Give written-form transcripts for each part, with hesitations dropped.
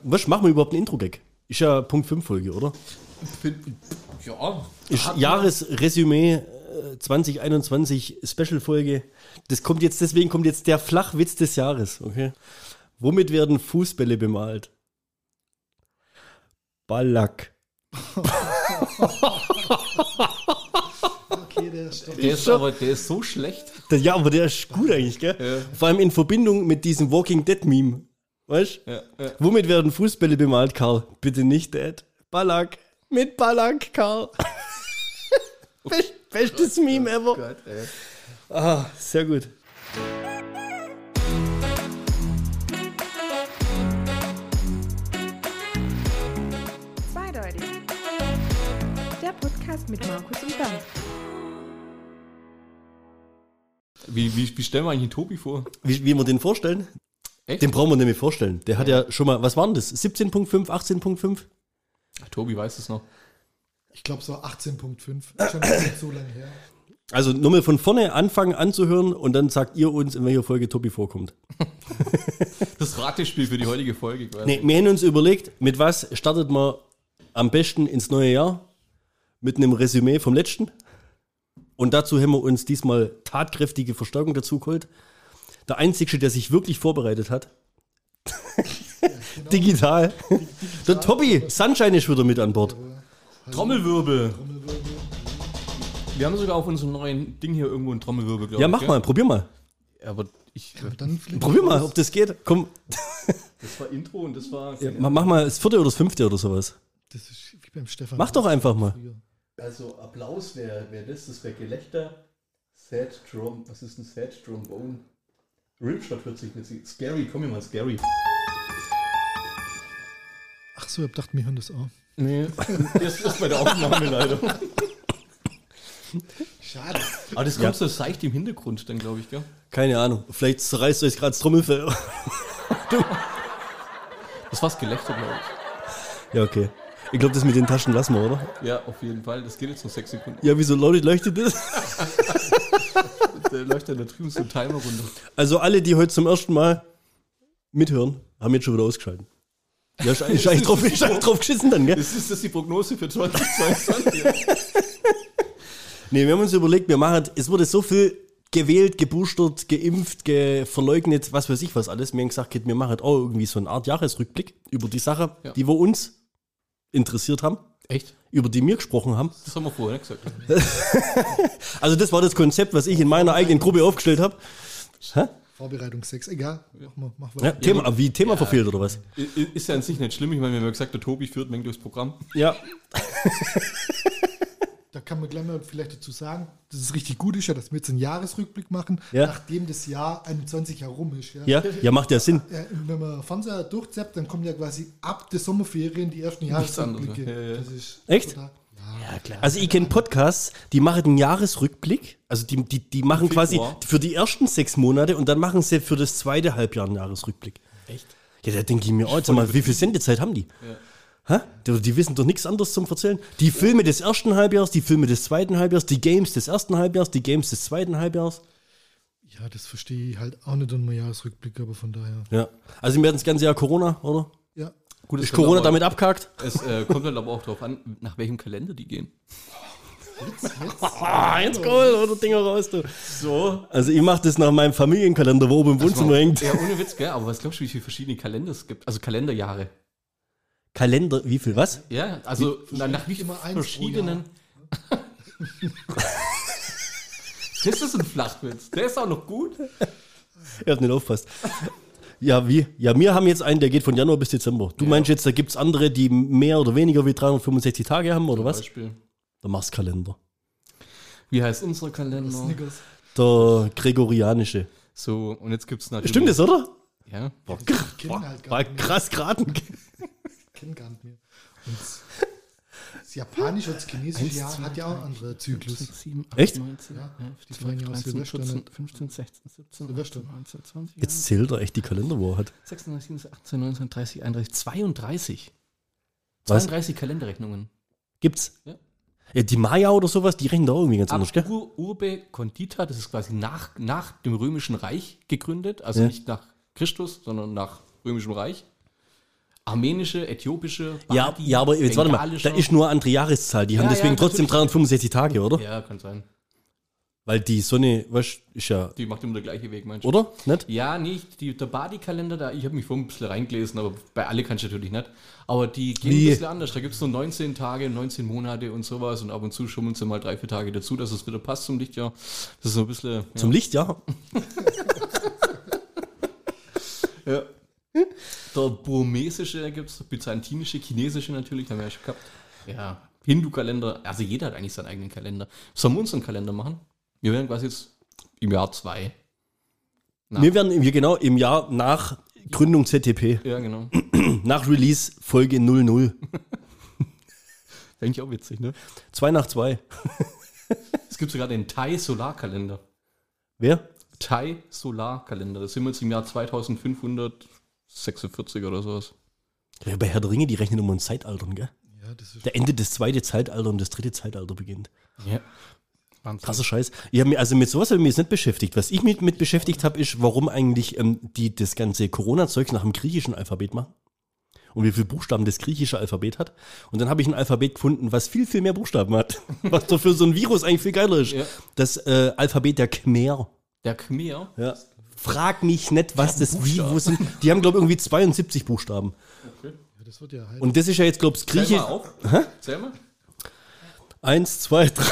Was, machen wir überhaupt ein Intro-Gag? Ist ja Punkt 5 Folge, oder? Ja. Ist Jahresresümee 2021 Special-Folge. Deswegen kommt jetzt der Flachwitz des Jahres, okay? Womit werden Fußbälle bemalt? Ballack. Okay, der ist so schlecht. Ja, aber der ist gut eigentlich, gell? Ja. Vor allem in Verbindung mit diesem Walking Dead-Meme. Weißt du? Ja. Womit werden Fußbälle bemalt, Karl? Bitte nicht Dead. Ballack. Mit Ballack, Karl. Bestes Meme ever. Gott, sehr gut. Zweideutig. Der Podcast mit Markus und Bernd. Wie stellen wir eigentlich den Tobi vor? Wie wir den vorstellen? Echt? Den brauchen wir nämlich vorstellen. Der hat ja schon mal, was war denn das? 17.5, 18.5? Tobi weiß es noch. Ich glaube so 18.5. Schon nicht so lange her. Also nur mal von vorne anfangen anzuhören und dann sagt ihr uns, in welcher Folge Tobi vorkommt. Das Ratespiel für die heutige Folge quasi. Nee, wir haben uns überlegt, mit was startet man am besten ins neue Jahr? Mit einem Resümee vom letzten. Und dazu haben wir uns diesmal tatkräftige Verstärkung dazu geholt. Der Einzige, der sich wirklich vorbereitet hat. Ja, genau. Digital. Der Tobi, Sunshine ist wieder mit an Bord. Trommelwirbel. Wir haben sogar auf unserem neuen Ding hier irgendwo einen Trommelwirbel, glaube ich. Ja, mach mal, probier mal. Ja, aber probier mal, ob das geht. Komm. Das war Intro und das war... Ja, mach mal das 4. oder das 5. oder sowas. Das ist wie beim Stefan. Mach doch einfach mal. Also Applaus wäre das wäre Gelächter. Sad Drum, was ist ein Sad Trombone? Rimshot hört sich nicht scary, komm mir mal scary. Ach so, ich hab gedacht, wir hören das auch. Nee, das ist bei der Aufnahme leider. Schade. Aber das kommt so seicht im Hintergrund dann, glaube ich, gell? Keine Ahnung, vielleicht zerreißt euch gerade das Trommelfell. Das war's Gelächter, glaube ich. Ja, okay. Ich glaube, das mit den Taschen lassen wir, oder? Ja, auf jeden Fall. Das geht jetzt noch 6 Sekunden. Ja, wieso leuchtet das? Der leuchtet da drüben so ein Timer runter. Also alle, die heute zum ersten Mal mithören, haben jetzt schon wieder ausgeschaltet. Ja, ist eigentlich drauf geschissen dann, gell? Ist das die Prognose für 2022? Nee, wir haben uns überlegt, es wurde so viel gewählt, geboostert, geimpft, verleugnet, was weiß ich was alles. Wir haben gesagt, wir machen auch irgendwie so eine Art Jahresrückblick über die Sache, die wir uns interessiert haben. Echt? Über die wir gesprochen haben. Das haben wir vorher nicht gesagt. Also das war das Konzept, was ich in meiner eigenen Gruppe aufgestellt habe. Hä? Vorbereitung 6, egal. Mach ja, Thema verfehlt oder was? Ist ja an sich nicht schlimm. Ich meine, wir haben ja gesagt, der Tobi führt Menge durchs Programm. Ja. Da kann man gleich mal vielleicht dazu sagen, dass es richtig gut ist, ja, dass wir jetzt einen Jahresrückblick machen, nachdem das Jahr 21 herum ist. Ja, macht ja Sinn. Wenn man Fernseher durchzappt, dann kommen ja quasi ab der Sommerferien die ersten Jahresrückblicke. Ja. Das ist echt? Total, ja, klar. Also ich kenne Podcasts, die machen einen Jahresrückblick, also die machen quasi für die ersten 6 Monate und dann machen sie für das zweite Halbjahr einen Jahresrückblick. Echt? Ja, da denke ich mir, sag mal, wie viel Sendezeit haben die? Ja. Die wissen doch nichts anderes zum Erzählen. Die Filme des ersten Halbjahres, die Filme des zweiten Halbjahres, die Games des ersten Halbjahres, die Games des zweiten Halbjahrs. Ja, das verstehe ich halt auch nicht an meinem Jahresrückblick, aber von daher. Ja, also wir hatten das ganze Jahr Corona, oder? Ja. Gut, ist Corona damit abgehakt? Es kommt halt aber auch darauf an, nach welchem Kalender die gehen. Jetzt cool, oder Dinger raus, du. So. Also ich mache das nach meinem Familienkalender, wo oben im Wohnzimmer hängt. Ja, ohne Witz, gell? Aber was glaubst du, wie viele verschiedene Kalender es gibt? Also Kalenderjahre. Kalender, wie viel, was? Ja, also nach wie vielen verschiedenen... Das ist ein Flachwitz. Der ist auch noch gut. Er hat nicht aufgepasst. Ja, wie? Ja, wir haben jetzt einen, der geht von Januar bis Dezember. Du meinst jetzt, da gibt es andere, die mehr oder weniger wie 365 Tage haben, oder was? Zum Beispiel. Der Mars-Kalender. Wie heißt unser Kalender? Snickers. Der gregorianische. So, und jetzt gibt es natürlich... Stimmt das, oder? Ja. War krass geraten. Kennen gar nicht mehr. Und das japanische und das chinesische Jahr hat ja auch einen anderen Zyklus. 7, 8, echt? 19, ja. 12, 13, 14, 15, 16, 17, 18, 19, 20. Jetzt zählt er echt die Kalender, wo er hat. 36, 37, 18, 19, 30, 31, 32. Was? 32 Kalenderrechnungen. Gibt's? Ja. Ja, die Maya oder sowas, die rechnen da irgendwie ganz anders, gell? Urbe Condita, das ist quasi nach dem Römischen Reich gegründet, also nicht nach Christus, sondern nach Römischem Reich. armenische, äthiopische, Ja, aber jetzt warte mal, da ist nur eine andere Jahreszahl. Die haben deswegen trotzdem 365 Tage, oder? Ja, kann sein. Weil die Sonne, weißt du, ist ja... Die macht immer der gleiche Weg, meinst du? Oder? Nicht? Ja, nicht. Der Badi-Kalender, da, ich habe mich vorhin ein bisschen reingelesen, aber bei alle kannst du natürlich nicht. Aber die gehen ein bisschen anders. Da gibt es nur 19 Tage, 19 Monate und sowas und ab und zu schummeln sie mal 3-4 Tage dazu, dass es wieder passt zum Lichtjahr. Das ist so ein bisschen... Ja. Zum Licht, ja. Ja. Der burmesische gibt es, byzantinische, chinesische natürlich, haben wir ja schon gehabt. Ja, Hindu-Kalender, also jeder hat eigentlich seinen eigenen Kalender. Sollen wir uns einen Kalender machen? Wir werden quasi jetzt im Jahr 2. Wir werden genau im Jahr nach Gründung ZTP, Ja, genau. nach Release Folge 00. Eigentlich auch witzig, ne? 2 nach 2. Es gibt sogar den Thai-Solarkalender. Wer? Thai-Solarkalender. Das sind wir jetzt im Jahr 2546 oder sowas. Ja, bei Herr der Ringe, die rechnen immer in Zeitaltern, gell? Ja, das ist Der Ende des zweiten Zeitalters und das dritte Zeitalter beginnt. Ja. Wahnsinn. Krasser Scheiß. Ich habe mich also mit sowas habe ich mich jetzt nicht beschäftigt. Was ich mit beschäftigt habe, ist, warum eigentlich die das ganze Corona-Zeug nach dem griechischen Alphabet machen. Und wie viele Buchstaben das griechische Alphabet hat. Und dann habe ich ein Alphabet gefunden, was viel, viel mehr Buchstaben hat. Was doch für so ein Virus eigentlich viel geiler ist. Ja. Das Alphabet der Khmer. Der Khmer. Ja. Frag mich nicht, was das Buchstaben. Virus sind. Die haben, glaube ich, irgendwie 72 Buchstaben. ja, das wird ja halt. Und das ist ja jetzt, glaube ich, Zähl Griechisch. mal auf. Zähl mal. 1, 2, 3.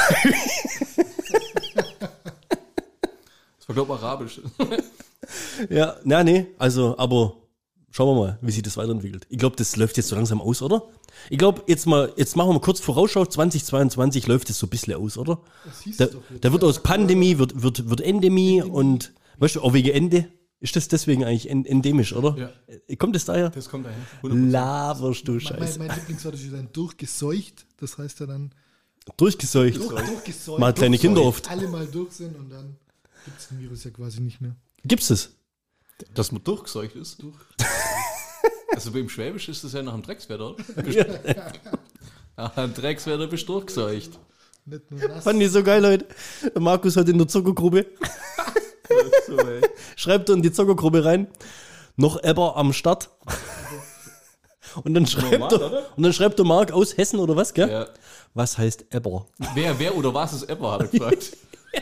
Das war, glaube ich, Arabisch. Ja, na, nee, also, aber schauen wir mal, wie sich das weiterentwickelt. Ich glaube, das läuft jetzt so langsam aus, oder? Ich glaube, jetzt machen wir mal kurz Vorausschau, 2022 läuft es so ein bisschen aus, oder? Das hieß Da, es doch jetzt. da wird aus Pandemie, wird Endemie und, weißt du, auch wegen Ende, ist das deswegen eigentlich endemisch, oder? Ja. Kommt das daher? Das kommt dahin. 100%. Laberst du Scheiße. Mein Lieblingswort ist dann durchgeseucht. Das heißt ja dann Durchgeseucht. durchgeseucht. Mal kleine Kinder oft. Alle mal durch sind und dann gibt es den Virus ja quasi nicht mehr. Gibt's es? Dass man durchgeseucht ist. Also beim Schwäbisch ist das ja nach dem Dreckswetter, oder? Nach dem Dreckswetter bist du durchgeseucht. Nicht nur nass. Fand ich so geil heute. Der Markus hat in der Zuckergruppe, So, ey. schreibt er in die Zuckergruppe rein, noch Eber am Start. Und dann schreibt der Marc aus Hessen oder was, gell? Ja. Was heißt Eber? Wer oder was ist Ever, hat er gefragt.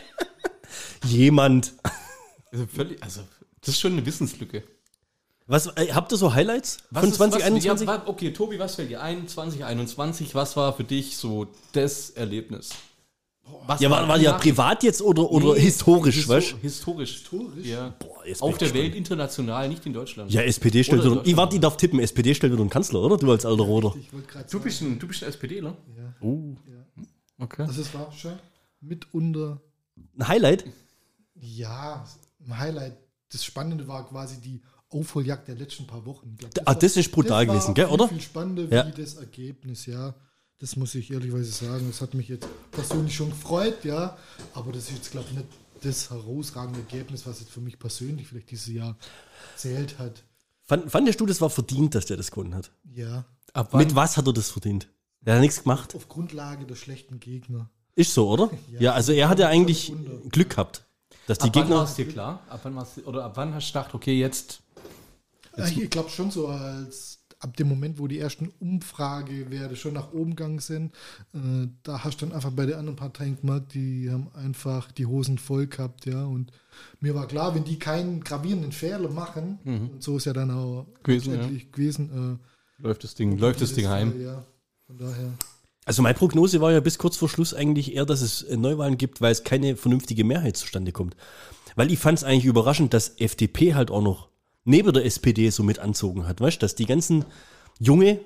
Jemand. Also, das ist schon eine Wissenslücke. Was, habt ihr so Highlights Was von ist- 2021? Okay, Tobi, was fällt dir ein? 2021, was war für dich so das Erlebnis? Was Ja, war ja nach- privat jetzt oder Nee, historisch, weißt du? Historisch. Ja. Boah, jetzt Auf bin der ich Welt, gespannt. international, nicht in Deutschland. Ja, SPD stellt Oder wieder. Ich warte, ich darf tippen. SPD stellt wieder einen Kanzler, oder? Du als alter Roter. Ich wollte gerade Du bist ein SPDler? Ja. Okay. Also es war schon mitunter, Ein Highlight? ja, ein Highlight. Das Spannende war quasi die Aufholjagd der letzten paar Wochen. Ich glaub, Das ist brutal das war gewesen, gell, viel, oder? Viel spannender Ja. wie das Ergebnis, ja. Das muss ich ehrlicherweise sagen. Das hat mich jetzt persönlich schon gefreut, ja. Aber das ist jetzt, glaube ich, nicht das herausragende Ergebnis, was jetzt für mich persönlich vielleicht dieses Jahr zählt hat. Fandest du, das war verdient, dass der das gewonnen hat? Ja. Ab wann? Mit was hat er das verdient? Er hat nichts gemacht. Auf Grundlage der schlechten Gegner. Ist so, oder? Ja, also er hat ja eigentlich Glück gehabt, dass die Ab wann war Gegner. es dir klar? Ab wann hast du gedacht, okay, jetzt. Ich glaube schon so, als ab dem Moment, wo die ersten Umfragewerte schon nach oben gegangen sind, da hast du dann einfach bei den anderen Parteien gemerkt, die haben einfach die Hosen voll gehabt, ja. Und mir war klar, wenn die keinen gravierenden Fehler machen, und so ist ja dann auch Gewesen, letztendlich gewesen, Läuft das Ding heim. Ja, von daher. Also meine Prognose war ja bis kurz vor Schluss eigentlich eher, dass es Neuwahlen gibt, weil es keine vernünftige Mehrheit zustande kommt. Weil ich fand es eigentlich überraschend, dass FDP halt auch noch neben der SPD so mit anzogen hat, weißt du, dass die ganzen ich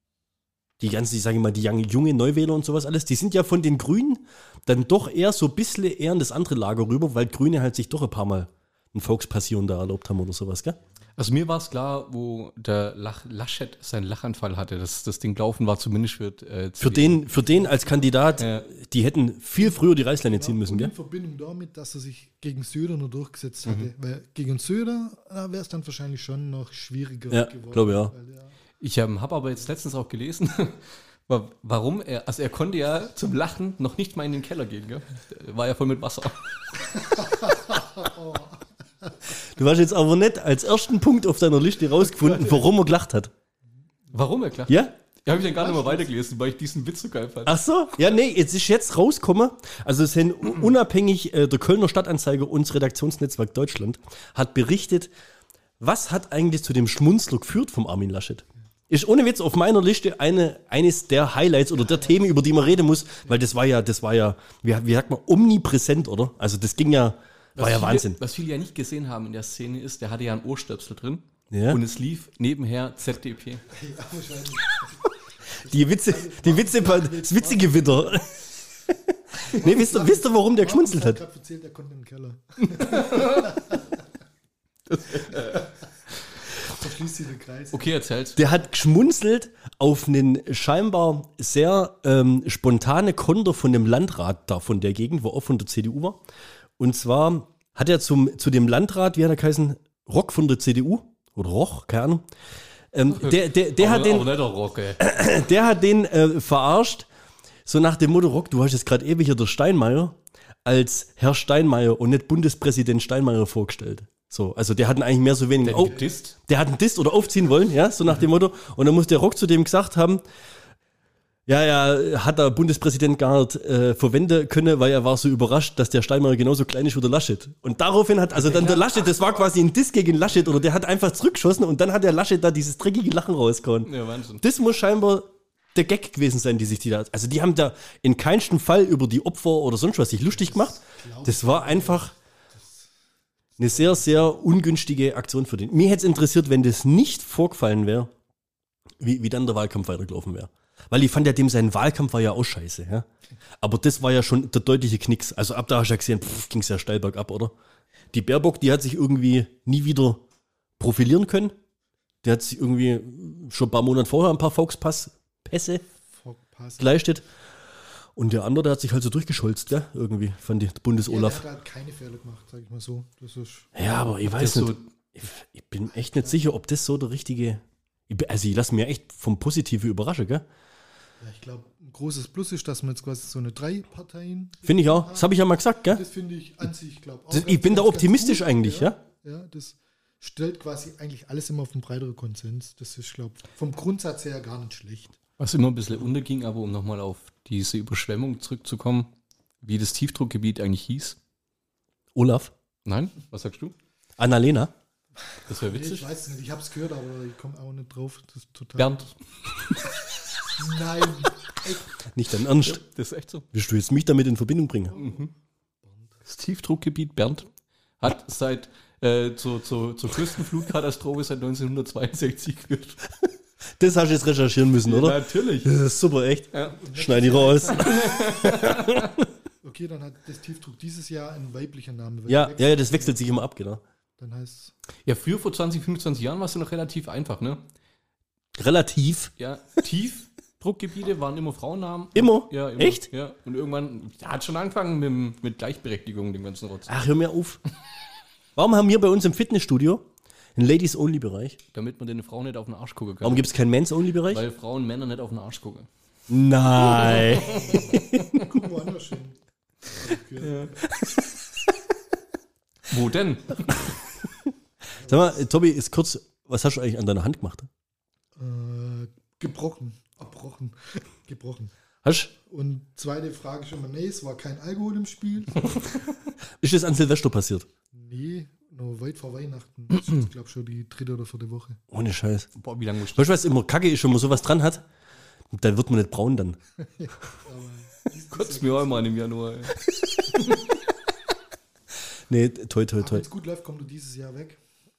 sage mal, die junge Neuwähler und sowas alles, die sind ja von den Grünen dann doch eher so ein bisschen eher in das andere Lager rüber, weil Grüne halt sich doch ein paar Mal eine Volkspassion da erlaubt haben oder sowas, gell? Also mir war es klar, wo der Laschet seinen Lachanfall hatte, dass das Ding gelaufen war, zumindest für Für den als Kandidat, Ja. die hätten viel früher die Reißleine ziehen müssen, Und gell? in Verbindung damit, dass er sich gegen Söder nur durchgesetzt hatte. Weil gegen Söder wäre es dann wahrscheinlich schon noch schwieriger Ja, geworden. glaube ja. Weil, ja. Ich habe aber jetzt letztens auch gelesen, warum er konnte ja zum Lachen noch nicht mal in den Keller gehen, gell? War ja voll mit Wasser. Du hast jetzt aber nicht als ersten Punkt auf deiner Liste rausgefunden, warum er gelacht hat. Warum, erklärt? Ja? Ja, habe ich dann gar nicht mehr weitergelesen, weil ich diesen Witz so geil fand. Ach so? Ja, nee, jetzt rausgekommen. Also es sind unabhängig, der Kölner Stadtanzeiger und das Redaktionsnetzwerk Deutschland hat berichtet, was hat eigentlich zu dem Schmunzler geführt vom Armin Laschet? Ist ohne Witz auf meiner Liste eines der Highlights oder der Themen, über die man reden muss, weil das war ja, wie sagt man, omnipräsent, oder? Also das ging ja, war ja Wahnsinn. Was viele ja nicht gesehen haben in der Szene ist, der hatte ja ein Ohrstöpsel drin Ja. und es lief nebenher ZDP. Die Witze, das witzige Witter. Nee, wisst ihr, warum der geschmunzelt hat? Ich habe erzählt, er konnte in den Keller. Verschließt sie den Kreis. Okay, erzähl's. Der hat geschmunzelt auf einen scheinbar sehr spontane Konter von dem Landrat da von der Gegend, wo auch von der CDU war. Und zwar hat er zu dem Landrat, wie hat er geheißen, Rock von der CDU oder Roch, keine Ahnung. Der hat den verarscht, so nach dem Motto, Rock, du hast jetzt gerade ewig hier der Steinmeier als Herr Steinmeier und nicht Bundespräsident Steinmeier vorgestellt. So, also der hat ihn eigentlich mehr so wenig der hat einen Dist oder aufziehen wollen, ja, so nach dem Motto. Und dann muss der Rock zu dem gesagt haben, ja, hat der Bundespräsident gar nicht verwenden können, weil er war so überrascht, dass der Steinmeier genauso klein ist wie der Laschet. Und daraufhin hat, also dann der Laschet, das war quasi ein Diss gegen Laschet, oder der hat einfach zurückgeschossen und dann hat der Laschet da dieses dreckige Lachen rausgehauen. Ja, Wahnsinn. Das muss scheinbar der Gag gewesen sein, die sich die da, also die haben da in keinem Fall über die Opfer oder sonst was sich lustig gemacht. Das war einfach eine sehr, sehr ungünstige Aktion für den. Mir hätte es interessiert, wenn das nicht vorgefallen wäre, wie dann der Wahlkampf weitergelaufen wäre. Weil ich fand ja, sein Wahlkampf war ja auch scheiße. Ja? Aber das war ja schon der deutliche Knicks. Also ab da hast du ja gesehen, ging es ja steil bergab, oder? Die Baerbock, die hat sich irgendwie nie wieder profilieren können. Die hat sich irgendwie schon ein paar Monate vorher ein paar Volkspässe geleistet. Und der andere, der hat sich halt so durchgescholzt, gell? Irgendwie, fand die Bundes-Olaf. Der hat halt keine Fehler gemacht, sag ich mal so. Das ist Ja, aber ich weiß nicht. Ich bin echt nicht sicher, ob das so der richtige. Also ich lasse mir echt vom Positiven überraschen, gell? Ja, ich glaube, ein großes Plus ist, dass man jetzt quasi so eine 3-Parteien. Finde ich auch. Das habe ich ja mal gesagt, gell? Das finde ich an sich, glaube ich. Ich bin da optimistisch eigentlich, ja? Ja, das stellt quasi eigentlich alles immer auf einen breiteren Konsens. Das ist, glaube ich, vom Grundsatz her gar nicht schlecht. Was immer ein bisschen unterging, aber um nochmal auf diese Überschwemmung zurückzukommen, wie das Tiefdruckgebiet eigentlich hieß. Olaf? Nein? Was sagst du? Annalena? Das wäre witzig. Ich weiß nicht, ich habe es gehört, aber ich komme auch nicht drauf. Das ist total. Bernd. Nein. Echt. Nicht dein Ernst? Ja, das ist echt so. Willst du jetzt mich damit in Verbindung bringen? Mhm. Das Tiefdruckgebiet Bernd hat seit zur größten Flutkatastrophe seit 1962 geführt. Das hast du jetzt recherchieren müssen, oder? Ja, natürlich. Das ist super, echt. Ja. Schneid die raus. Okay, dann hat das Tiefdruck dieses Jahr einen weiblichen Namen. Ja, das wechselt sich immer ab, genau. Dann heißt ja, früher vor 20, 25 Jahren war es ja noch relativ einfach, ne? Relativ? Ja, Tiefdruckgebiete waren immer Frauennamen. Immer? Ja, immer. Echt? Ja, und irgendwann hat schon angefangen mit Gleichberechtigung, dem ganzen Rotz. Ach, hör mir auf. Warum haben wir bei uns im Fitnessstudio einen Ladies-Only-Bereich? Damit man den Frauen nicht auf den Arsch gucken kann. Warum gibt es keinen Men's-Only-Bereich? Weil Frauen Männer nicht auf den Arsch gucken. Nein. guck woanders hin. Ja. Wo denn? Sag mal, Tobi, ist kurz, was hast du eigentlich an deiner Hand gemacht? Gebrochen. Gebrochen. Hast du? Und zweite Frage schon mal, nee, es war kein Alkohol im Spiel. Ist das an Silvester passiert? Nee, noch weit vor Weihnachten. Ich glaube schon die 3. oder 4. Woche. Ohne Scheiß. Boah, wie lange musst du? Weißt du, was immer kacke ist, wenn man sowas dran hat? Dann wird man nicht braun dann. Kotzt mir auch immer an im Januar. Nee, toi. Wenn es gut läuft, kommt du dieses Jahr weg.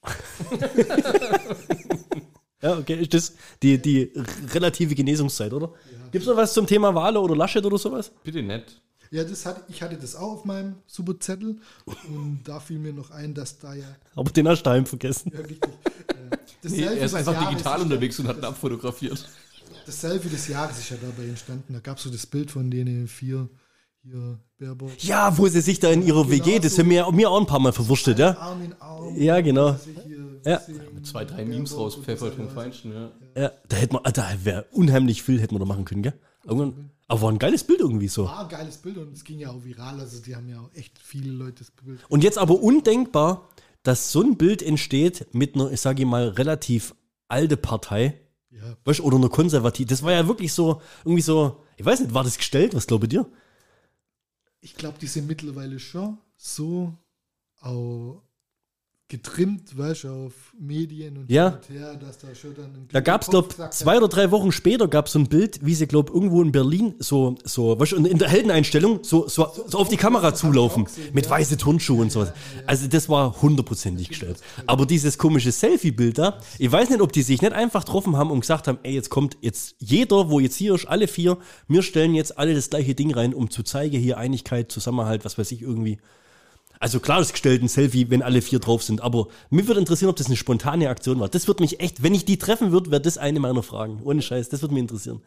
Ja, okay, ist das die relative Genesungszeit, oder? Ja. Gibt es noch was zum Thema Wahl oder Laschet oder sowas? Bitte nicht. Ja, ich hatte das auch auf meinem super Zettel und da fiel mir noch ein, dass da ja... Aber den hast du daheim vergessen. Ja, richtig. Nee, er ist einfach digital unterwegs und hat ihn abfotografiert. Das Selfie des Jahres ist ja dabei entstanden. Da gab es so das Bild von denen 4 hier, Baerbock. Ja, wo sie sich da in ihrer WG, das haben mir auch ein paar Mal verwurstet, ja? Arm in Arm. Ja, genau. Ja. Mit 2, 3 Memes rauspfeffert vom Feinsten, ja. Ja, da wäre unheimlich viel, hätten wir da machen können, gell? Aber war ein geiles Bild irgendwie so. War ein geiles Bild und es ging ja auch viral, also die haben ja auch echt viele Leute das Bild. Und jetzt aber undenkbar, dass so ein Bild entsteht mit einer, ich sage mal, relativ alte Partei, Ja. Weißt du, oder nur konservativ. Das war ja wirklich so, irgendwie so, ich weiß nicht, war das gestellt? Was glaube dir? Ich glaube, die sind mittlerweile schon so auch getrimmt, weißt du, auf Medien und Ja. hin und her, dass da schon dann... Da gab es, glaube ich, 2 oder 3 Wochen später gab es so ein Bild, wie sie, glaube ich, irgendwo in Berlin so, weißt du, in der Heldeneinstellung so auf die Kamera zulaufen. Mit weißen Turnschuhen und sowas. Also das war 100%ig gestellt. Aber dieses komische Selfie-Bild da, ich weiß nicht, ob die sich nicht einfach getroffen haben und gesagt haben, ey, jetzt kommt jetzt jeder, wo jetzt hier ist, alle 4, wir stellen jetzt alle das gleiche Ding rein, um zu zeigen, hier Einigkeit, Zusammenhalt, was weiß ich, irgendwie. Also klar ist gestellt ein Selfie, wenn alle 4 drauf sind, aber mich würde interessieren, ob das eine spontane Aktion war. Das würde mich echt, wenn ich die treffen würde, wäre das eine meiner Fragen. Ohne Scheiß, das würde mich interessieren.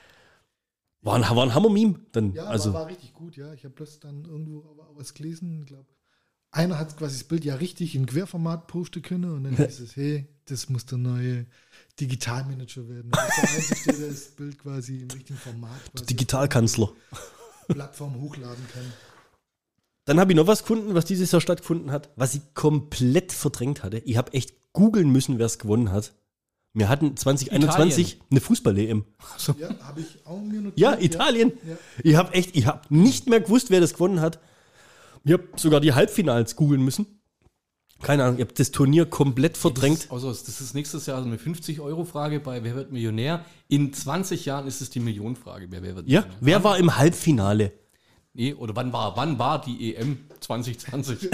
War ein Hammer-Meme. Dann, Ja, also, war richtig gut, ja. Ich habe bloß dann irgendwo was gelesen, ich glaube. Einer hat quasi das Bild ja richtig in Querformat posten können und dann hieß es, hey, das muss der neue Digitalmanager werden. Das ist der Einzige, der das Bild quasi im richtigen Format quasi Digitalkanzler. auf die Plattform hochladen kann. Dann habe ich noch was gefunden, was dieses Jahr stattgefunden hat, was ich komplett verdrängt hatte. Ich habe echt googeln müssen, wer es gewonnen hat. Wir hatten 2021 eine Fußball-EM. Ja, habe ich auch mir notiert. Ja, Italien. Ja. Ich habe nicht mehr gewusst, wer das gewonnen hat. Ich habe sogar die Halbfinals googeln müssen. Keine Ahnung, ich habe das Turnier komplett verdrängt. Das ist nächstes Jahr so eine 50-Euro-Frage bei Wer wird Millionär? In 20 Jahren ist es die Millionenfrage bei Wer wird Ja, Millionär? wer war im Halbfinale? Nee, oder wann war die EM 2020?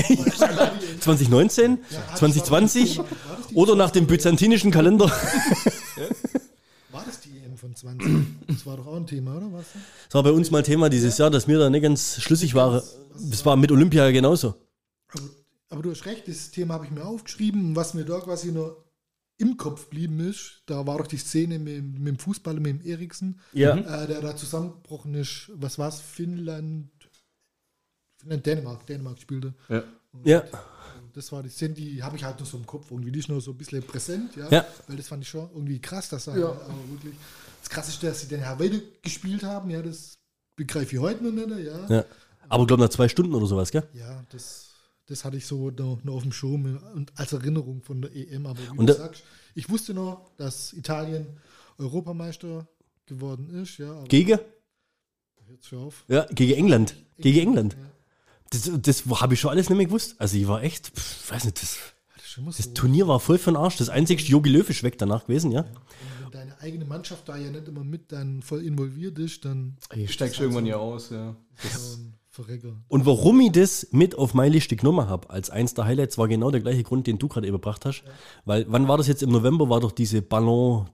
2019? 2020? War das die- Oder nach dem byzantinischen Kalender? War das die EM von 20? Das war doch auch ein Thema, oder? Was? Das war bei uns mal Thema dieses Jahr, dass wir da nicht ganz schlüssig waren. Das war mit Olympia genauso. Aber du hast recht, das Thema habe ich mir aufgeschrieben. Was mir da quasi nur im Kopf blieben ist, da war doch die Szene mit dem Fußballer, mit dem Eriksen, Ja. der da zusammengebrochen ist. Was war es? Dänemark spielte. Ja. Ja. Das war die Szene, die habe ich halt noch so im Kopf. Irgendwie die ist noch so ein bisschen präsent, ja. Ja. Weil das fand ich schon irgendwie krass, dass er aber wirklich. Das Krasseste, dass sie den ja weiter gespielt haben, ja, das begreife ich heute noch nicht, ja. Ja. Aber glaube nach 2 Stunden oder sowas, gell? Ja, das hatte ich so noch auf dem Schirm und als Erinnerung von der EM. Aber wie Und du da- sagst, ich wusste noch, dass Italien Europameister geworden ist. Ja, aber Gegen? hört schon auf. Ja, gegen England. Gegen England. Ja, Das habe ich schon alles nicht mehr gewusst. Also ich war echt, weiß nicht, das ist schon mal so. das Turnier war voll für den Arsch. Das einzige Jogi Löw ist weg danach gewesen, ja? Wenn deine eigene Mannschaft da ja nicht immer mit dann voll involviert ist, dann Ich steigst irgendwann ja aus, ja. ist ein Verrecker. Und warum ich das mit auf meine Liste genommen habe, als eins der Highlights, war genau der gleiche Grund, den du gerade eben gebracht hast. Weil, wann war das jetzt? Im November war doch diese Ballon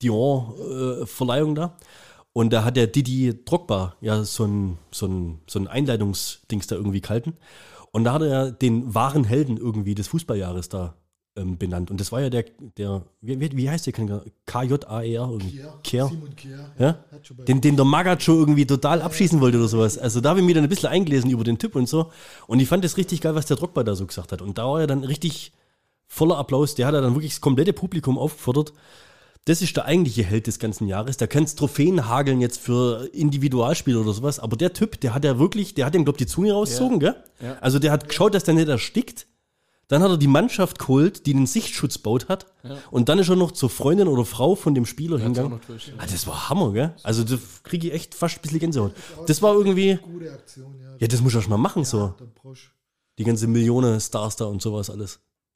d'Or Verleihung da. Und da hat der Didi Drogba ja so ein Einleitungsdings da irgendwie gehalten. Und da hat er ja den wahren Helden irgendwie des Fußballjahres da benannt. Und das war ja der wie heißt der? K-J-A-E-R irgendwie. Kehr. Simon Kehr. Ja? Hat schon bei Den der Magath schon irgendwie total abschießen wollte oder sowas. Also da habe ich mir dann ein bisschen eingelesen über den Typ und so. Und ich fand das richtig geil, was der Drogba da so gesagt hat. Und da war er dann richtig voller Applaus. Der hat ja dann wirklich das komplette Publikum aufgefordert. Das ist der eigentliche Held des ganzen Jahres. Da kann es Trophäen hageln jetzt für Individualspiele oder sowas. Aber der Typ, der hat ihm, glaube ich, die Zunge rausgezogen, gell? Ja. Also der hat geschaut, dass der nicht erstickt. Dann hat er die Mannschaft geholt, die den Sichtschutz baut hat. Ja. Und dann ist er noch zur Freundin oder Frau von dem Spieler Hat's auch hingegangen. noch durch, ja. Ah, das war Hammer, gell? Also da kriege ich echt fast ein bisschen Gänsehaut. Das war irgendwie, gute Aktion, ja. ja, das muss ich erst mal machen, so. Der Brosch. Die ganze Millionen Stars da und sowas alles.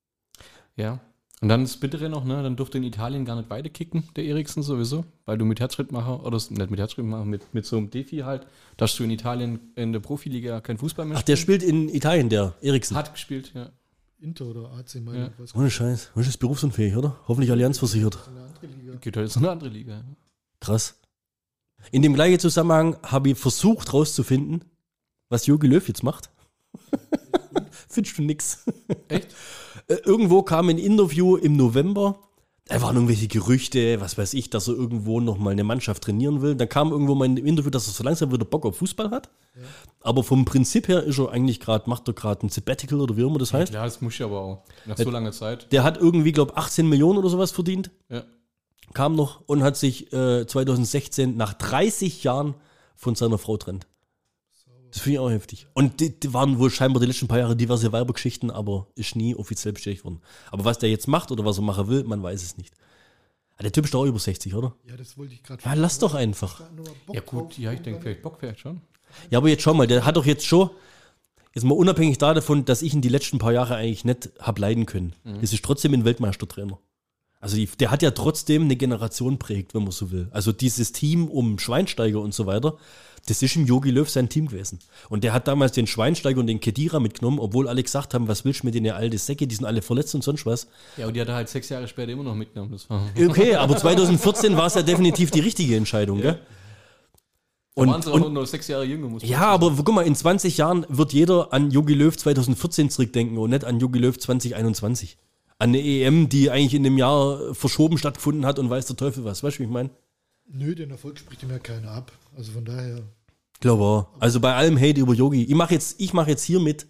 Ja. Und dann das Bittere noch, ne? Dann durfte in Italien gar nicht weiterkicken, der Eriksen sowieso, weil du mit Herzschrittmacher, oder nicht mit Herzschrittmacher, mit so einem Defi halt, dass du in Italien in der Profiliga kein Fußball mehr Ach, der spielt in Italien, der Eriksen. hat gespielt, ja. Inter oder AC Ja. Mailand. weiß Ohne Scheiß. Du bist berufsunfähig, oder? Hoffentlich Allianz versichert. nicht, eine andere Liga. Geht halt jetzt in eine andere Liga. Ja. Krass. In dem gleichen Zusammenhang habe ich versucht rauszufinden, was Jogi Löw jetzt macht. Findest du nix. Echt? Irgendwo kam ein Interview im November. Da waren irgendwelche Gerüchte, was weiß ich, dass er irgendwo nochmal eine Mannschaft trainieren will. Dann kam irgendwo mal ein Interview, dass er so langsam wieder Bock auf Fußball hat. Ja. Aber vom Prinzip her ist er eigentlich macht er gerade ein Sabbatical oder wie immer das heißt. Ja, das muss ich aber auch. Nach so langer Zeit. Der hat irgendwie, glaube ich, 18 Millionen oder sowas verdient. Ja. Kam noch und hat sich 2016 nach 30 Jahren von seiner Frau trennt. Das finde ich auch heftig. Und die waren wohl scheinbar die letzten paar Jahre diverse Weibergeschichten, aber ist nie offiziell bestätigt worden. Aber was der jetzt macht oder was er machen will, man weiß es nicht. Der Typ ist doch auch über 60, oder? Ja, das wollte ich gerade Ja, lass doch einfach. Ja gut, ja, ich denke vielleicht Bock vielleicht schon. Ja, aber jetzt schau mal, der hat doch jetzt schon, jetzt mal unabhängig davon, dass ich ihn die letzten paar Jahre eigentlich nicht hab leiden können. Das ist trotzdem ein Weltmeistertrainer. Also der hat ja trotzdem eine Generation prägt, wenn man so will. Also dieses Team um Schweinsteiger und so weiter, das ist im Jogi Löw sein Team gewesen. Und der hat damals den Schweinsteiger und den Kedira mitgenommen, obwohl alle gesagt haben, was willst du mit den alten Säcke, die sind alle verletzt und sonst was. Ja, und die hat er halt 6 Jahre später immer noch mitgenommen. Das war Okay, aber 2014 war es ja definitiv die richtige Entscheidung, gell? da waren sie auch noch 6 Jahre jünger, muss man Ja, aber guck mal, in 20 Jahren wird jeder an Jogi Löw 2014 zurückdenken und nicht an Jogi Löw 2021. An eine EM, die eigentlich in dem Jahr verschoben stattgefunden hat und weiß der Teufel was. Weißt du, wie ich meine? Nö, den Erfolg spricht ihm ja keiner ab. Also von daher. Glaube auch. Also bei allem Hate über Yogi. Ich mache jetzt hiermit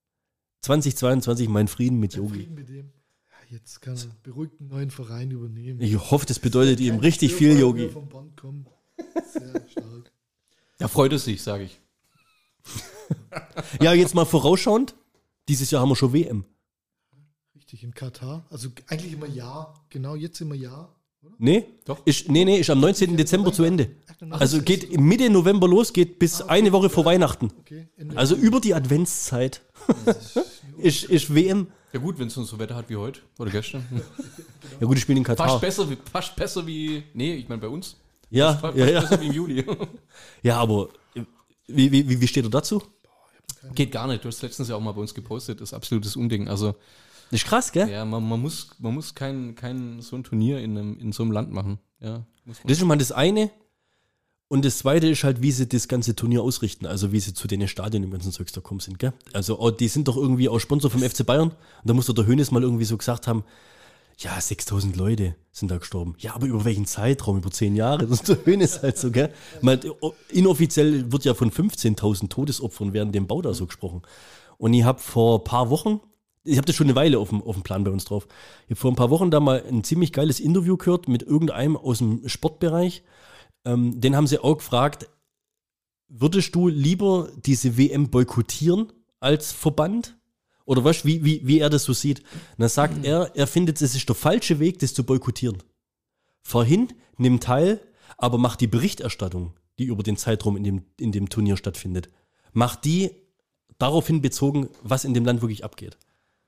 2022 meinen Frieden mit Yogi. Frieden mit dem. Ja, jetzt kann er beruhigt einen neuen Verein übernehmen. Ich hoffe, das bedeutet ihm richtig viel, Yogi. Vom Band kommen. Sehr stark. Da freut es sich, sage ich. Ja, jetzt mal vorausschauend. Dieses Jahr haben wir schon WM. Richtig, in Katar. Also eigentlich immer ja. Genau, jetzt immer ja. Nee? Doch. Ist am 19. Dezember zu Ende. Also geht Mitte November los, geht bis eine Woche vor Weihnachten. Okay, Ende Also über die Adventszeit ist WM. Ja gut, wenn es so Wetter hat wie heute oder gestern. Ja gut, ich spiele in Katar. Fast besser wie, nee, ich meine bei uns. Ja, Fast ja, ja. besser wie im Juli. Ja, aber wie steht er dazu? Geht gar nicht. Du hast letztens ja auch mal bei uns gepostet. Das ist absolutes Unding. Also, Das ist krass, gell? ja, man muss kein so ein Turnier in so einem Land machen. Ja, muss man. Das ist schon mal das eine. Und das zweite ist halt, wie sie das ganze Turnier ausrichten. Also wie sie zu den Stadien im ganzen Zeugs da kommen sind, gell? Also die sind doch irgendwie auch Sponsor vom FC Bayern. Und da muss doch der Hoeneß mal irgendwie so gesagt haben, ja, 6.000 Leute sind da gestorben. Ja, aber über welchen Zeitraum? Über 10 Jahre? Das ist der Hoeneß halt so, gell? Mal, inoffiziell wird ja von 15.000 Todesopfern während dem Bau da so gesprochen. Und ich habe vor ein paar Wochen, ich habe das schon eine Weile auf dem Plan bei uns drauf, ich habe vor ein paar Wochen da mal ein ziemlich geiles Interview gehört mit irgendeinem aus dem Sportbereich. Den haben sie auch gefragt, würdest du lieber diese WM boykottieren als Verband? Oder weißt du, wie er das so sieht? Und dann sagt er findet, es ist der falsche Weg, das zu boykottieren. Fahr hin, nimm teil, aber mach die Berichterstattung, die über den Zeitraum in dem Turnier stattfindet, mach die daraufhin bezogen, was in dem Land wirklich abgeht.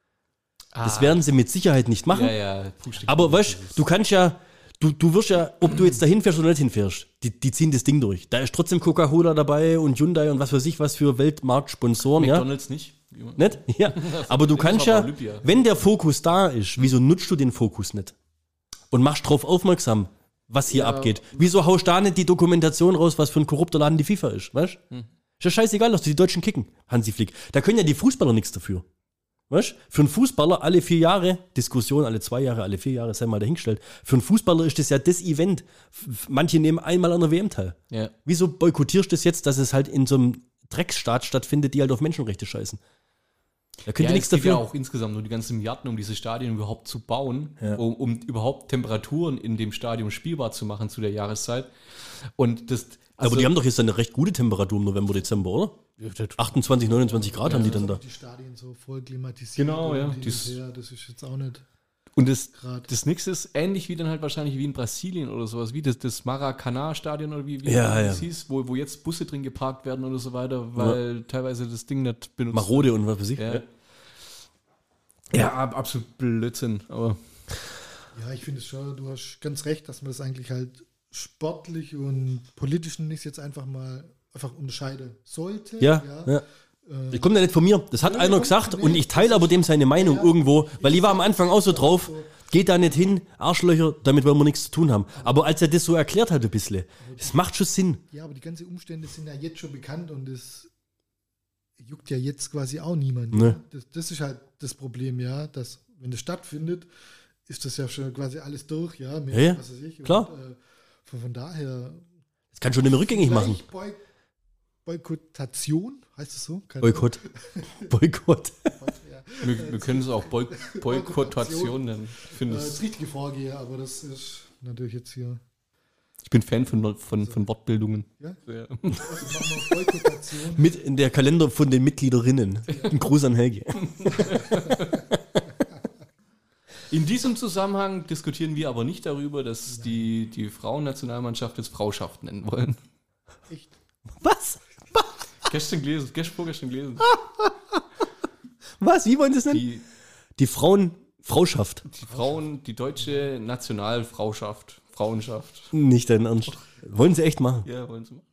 Das werden sie mit Sicherheit nicht machen. Ja. Aber weißt du, kannst ja, du wirst ja, ob du jetzt da hinfährst oder nicht hinfährst, die ziehen das Ding durch. Da ist trotzdem Coca-Cola dabei und Hyundai und was weiß ich, was für Weltmarktsponsoren. McDonald's nicht. Nicht? Ja. Aber du kannst ja, Olympia. wenn der Fokus da ist, wieso nutzt du den Fokus nicht? Und machst drauf aufmerksam, was hier abgeht. Wieso haust du da nicht die Dokumentation raus, was für ein korrupter Laden die FIFA ist? Weißt du? Ist ja scheißegal, dass die Deutschen kicken, Hansi Flick. Da können ja die Fußballer nichts dafür. Weißt du? Für einen Fußballer alle 4 Jahre, Diskussion alle 2 Jahre, alle 4 Jahre, sei mal dahingestellt. Für einen Fußballer ist das ja das Event. Manche nehmen einmal an der WM teil. Ja. Wieso boykottierst du das jetzt, dass es halt in so einem Drecksstaat stattfindet, die halt auf Menschenrechte scheißen? Da könnt ihr nichts es geht dafür. ja auch insgesamt nur die ganzen Milliarden, um diese Stadien überhaupt zu bauen, um überhaupt Temperaturen in dem Stadion spielbar zu machen zu der Jahreszeit. Und das, Aber die haben doch jetzt eine recht gute Temperatur im November, Dezember, oder? 28, 29 Grad haben die dann da. Die Stadien so voll klimatisiert. Genau, ja. und hin und her, das ist jetzt auch nicht. Und Grad. das nächste ist ähnlich wie dann halt wahrscheinlich wie in Brasilien oder sowas, wie das Maracanã-Stadion oder wie Ja, das hieß, wo jetzt Busse drin geparkt werden oder so weiter, weil teilweise das Ding nicht benutzt Marode und was weiß ich. Ja, absolut Blödsinn, aber Ja, ich finde es schon, du hast ganz recht, dass man das eigentlich halt sportlich und politisch nicht jetzt einfach unterscheiden sollte. Ja. Das kommt ja nicht von mir. Das hat einer gesagt und ich teile aber dem seine Meinung irgendwo, weil ich war am Anfang auch so drauf, geht da nicht hin, Arschlöcher, damit wollen wir nichts zu tun haben. Aber als er das so erklärt hat ein bisschen, das macht schon Sinn. Ja, aber die ganzen Umstände sind ja jetzt schon bekannt und das juckt ja jetzt quasi auch niemand. Nee. Ja? Das ist halt das Problem, ja, dass wenn das stattfindet, ist das ja schon quasi alles durch, ja. Mit, Ja, was weiß ich. klar. Und, von daher. Das kann schon nicht mehr rückgängig machen. Boykottation, heißt es so? Keine Boykott. Boykott. Ja. wir können es auch Boykottation nennen. Das ist das richtige Vorgehen, aber das ist natürlich jetzt hier. Ich bin Fan von Wortbildungen. Ja? Ja. Also machen wir Boykottation. Mit in der Kalender von den Mitgliederinnen. Ein Gruß an Helge. In diesem Zusammenhang diskutieren wir aber nicht darüber, dass die Frauennationalmannschaft jetzt Frauschaft nennen wollen. Echt? Was? Vorgestern gelesen. Was? Wie wollen Sie es nennen? Die Frauschaft. Die Frauen, die deutsche Nationalfrauschaft, Frauenschaft. Nicht dein Ernst. Wollen Sie echt machen? Ja, wollen Sie mal.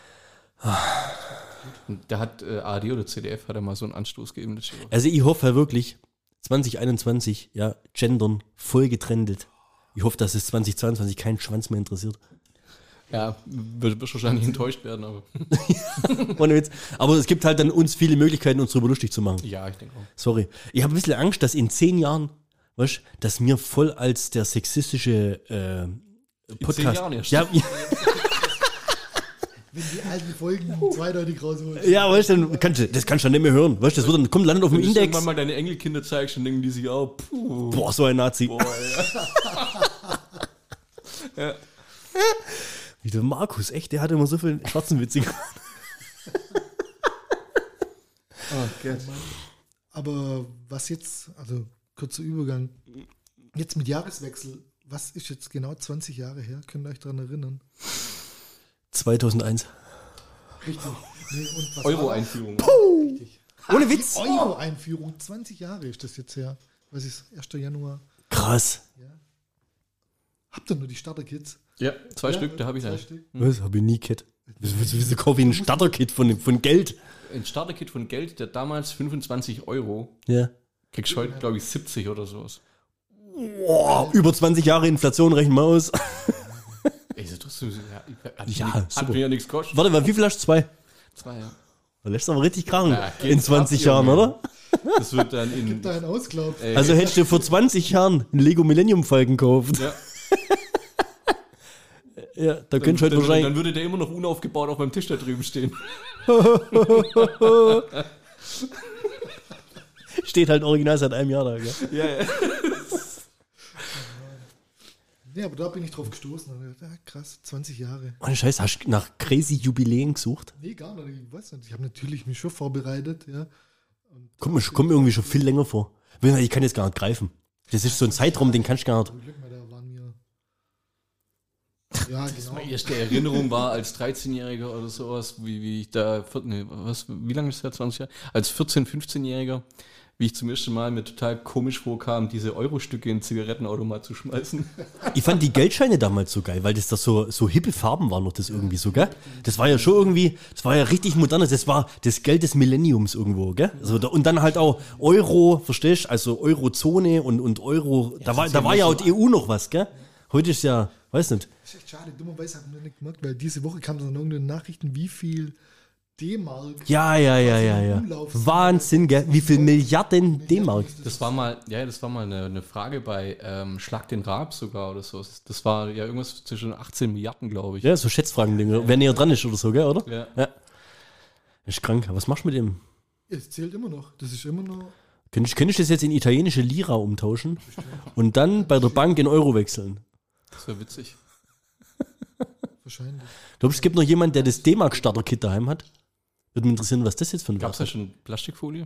Und da hat ARD oder ZDF hat er mal so einen Anstoß gegeben. Also ich hoffe ja wirklich, 2021, ja, Gendern voll getrennt. Ich hoffe, dass es 2022 keinen Schwanz mehr interessiert. Ja, wirst wahrscheinlich enttäuscht werden, aber. Ohne Witz. Aber es gibt halt dann uns viele Möglichkeiten, uns darüber lustig zu machen. Ja, ich denke auch. Sorry. Ich habe ein bisschen Angst, dass in 10 Jahren, weißt, dass mir voll als der sexistische Podcast. 10 Jahren erst. Ja, Wenn die alten Folgen zweideutig rausholen. ja, weißt du, das kannst du dann nicht mehr hören. Weißt du, das wird dann, kommt, landet auf dem Wenn du Index. irgendwann mal deine Enkelkinder zeigst, dann denken die sich auch, puh. Boah, so ein Nazi. Boah, ja. Ja. Wie der Markus, echt, der hat immer so viel schwarzen Witze gemacht. Oh Gott. Aber was jetzt, also kurzer Übergang, jetzt mit Jahreswechsel, was ist jetzt genau 20 Jahre her? Könnt ihr euch daran erinnern? 2001. Richtig. Nee, und was Euro-Einführung. Richtig. Ohne Witz. Euro-Einführung, 20 Jahre ist das jetzt her. Was ist 1. Januar? Krass. Habt ihr nur die Starter-Kits? Ja, 2 Ja, Stück, da habe ich 2 einen. Stück. Was? Hab ich nie Kit. Wieso kaufe ich ein Starter-Kit von Geld? Ein Starter-Kit von Geld, der damals 25 Euro, Ja. kriegst du heute, glaube ich, 70 oder sowas. Boah, über 20 Jahre Inflation, rechnen wir aus. Ey, ist trotzdem, Ja, hat super. mir ja nichts gekostet. Warte mal, wie viel hast du? 2? 2, ja. Da lässt du aber richtig krachen. Ja, geht in 20 ab, Jahren, Junge. oder? Das wird dann in. Gibt da einen Ausklapp? Also hättest du vor 20 Jahren einen Lego Millennium Falken gekauft. ja, Ja, da könntest du heute wahrscheinlich. dann würde der immer noch unaufgebaut auf meinem Tisch da drüben stehen. Steht halt original seit einem Jahr da. Gell? Ja, ja. Ja, aber da bin ich drauf gestoßen. Und ja, krass, 20 Jahre. Ohne Scheiß, hast du nach crazy Jubiläen gesucht? Nee, gar nicht. Ich weiß nicht. Ich habe natürlich mich schon vorbereitet. Ja. Kommt mir irgendwie schon viel länger vor. Ich kann jetzt gar nicht greifen. Das ist so ein Zeitraum, den kannst du gar nicht. Zum Glück, da waren wir. Ja, genau. Meine erste Erinnerung war als 13-Jähriger oder sowas, wie ich da, wie lange ist das, 20 Jahre? Als 14-, 15-Jähriger, wie ich zum ersten Mal mir total komisch vorkam, diese Euro-Stücke in den Zigarettenautomat zu schmeißen. Ich fand die Geldscheine damals so geil, weil das da so hippe Farben waren noch das irgendwie so, gell? Das war ja schon irgendwie, das war ja richtig modern, das war das Geld des Millenniums irgendwo, gell? Also und dann halt auch Euro, verstehst du? Also Eurozone und Euro, da war ja auch die EU noch was, gell? Heute ist ja, weiß nicht. Das ist echt schade. Dummerweise haben wir nicht gemerkt, weil diese Woche kam dann irgendeine Nachrichten, wie viel D-Mark. Ja. Wahnsinn, gell? Wie viel Milliarden D-Mark? Das war mal eine Frage bei Schlag den Raab sogar oder so. Das war ja irgendwas zwischen 18 Milliarden, glaube ich. Ja, so Schätzfragen-Dinge, wer näher dran ist oder so, gell, oder? Ja. Das ist krank. Was machst du mit dem? Es zählt immer noch. Das ist immer noch. Könntest du das jetzt in italienische Lira umtauschen und dann bei der Bank in Euro wechseln? Das wäre witzig. Wahrscheinlich. Glaubst du, es gibt noch jemanden, der das D-Mark-Starter-Kit daheim hat? Würde mich interessieren, was das jetzt für ein Gab es da ist. schon Plastikfolie?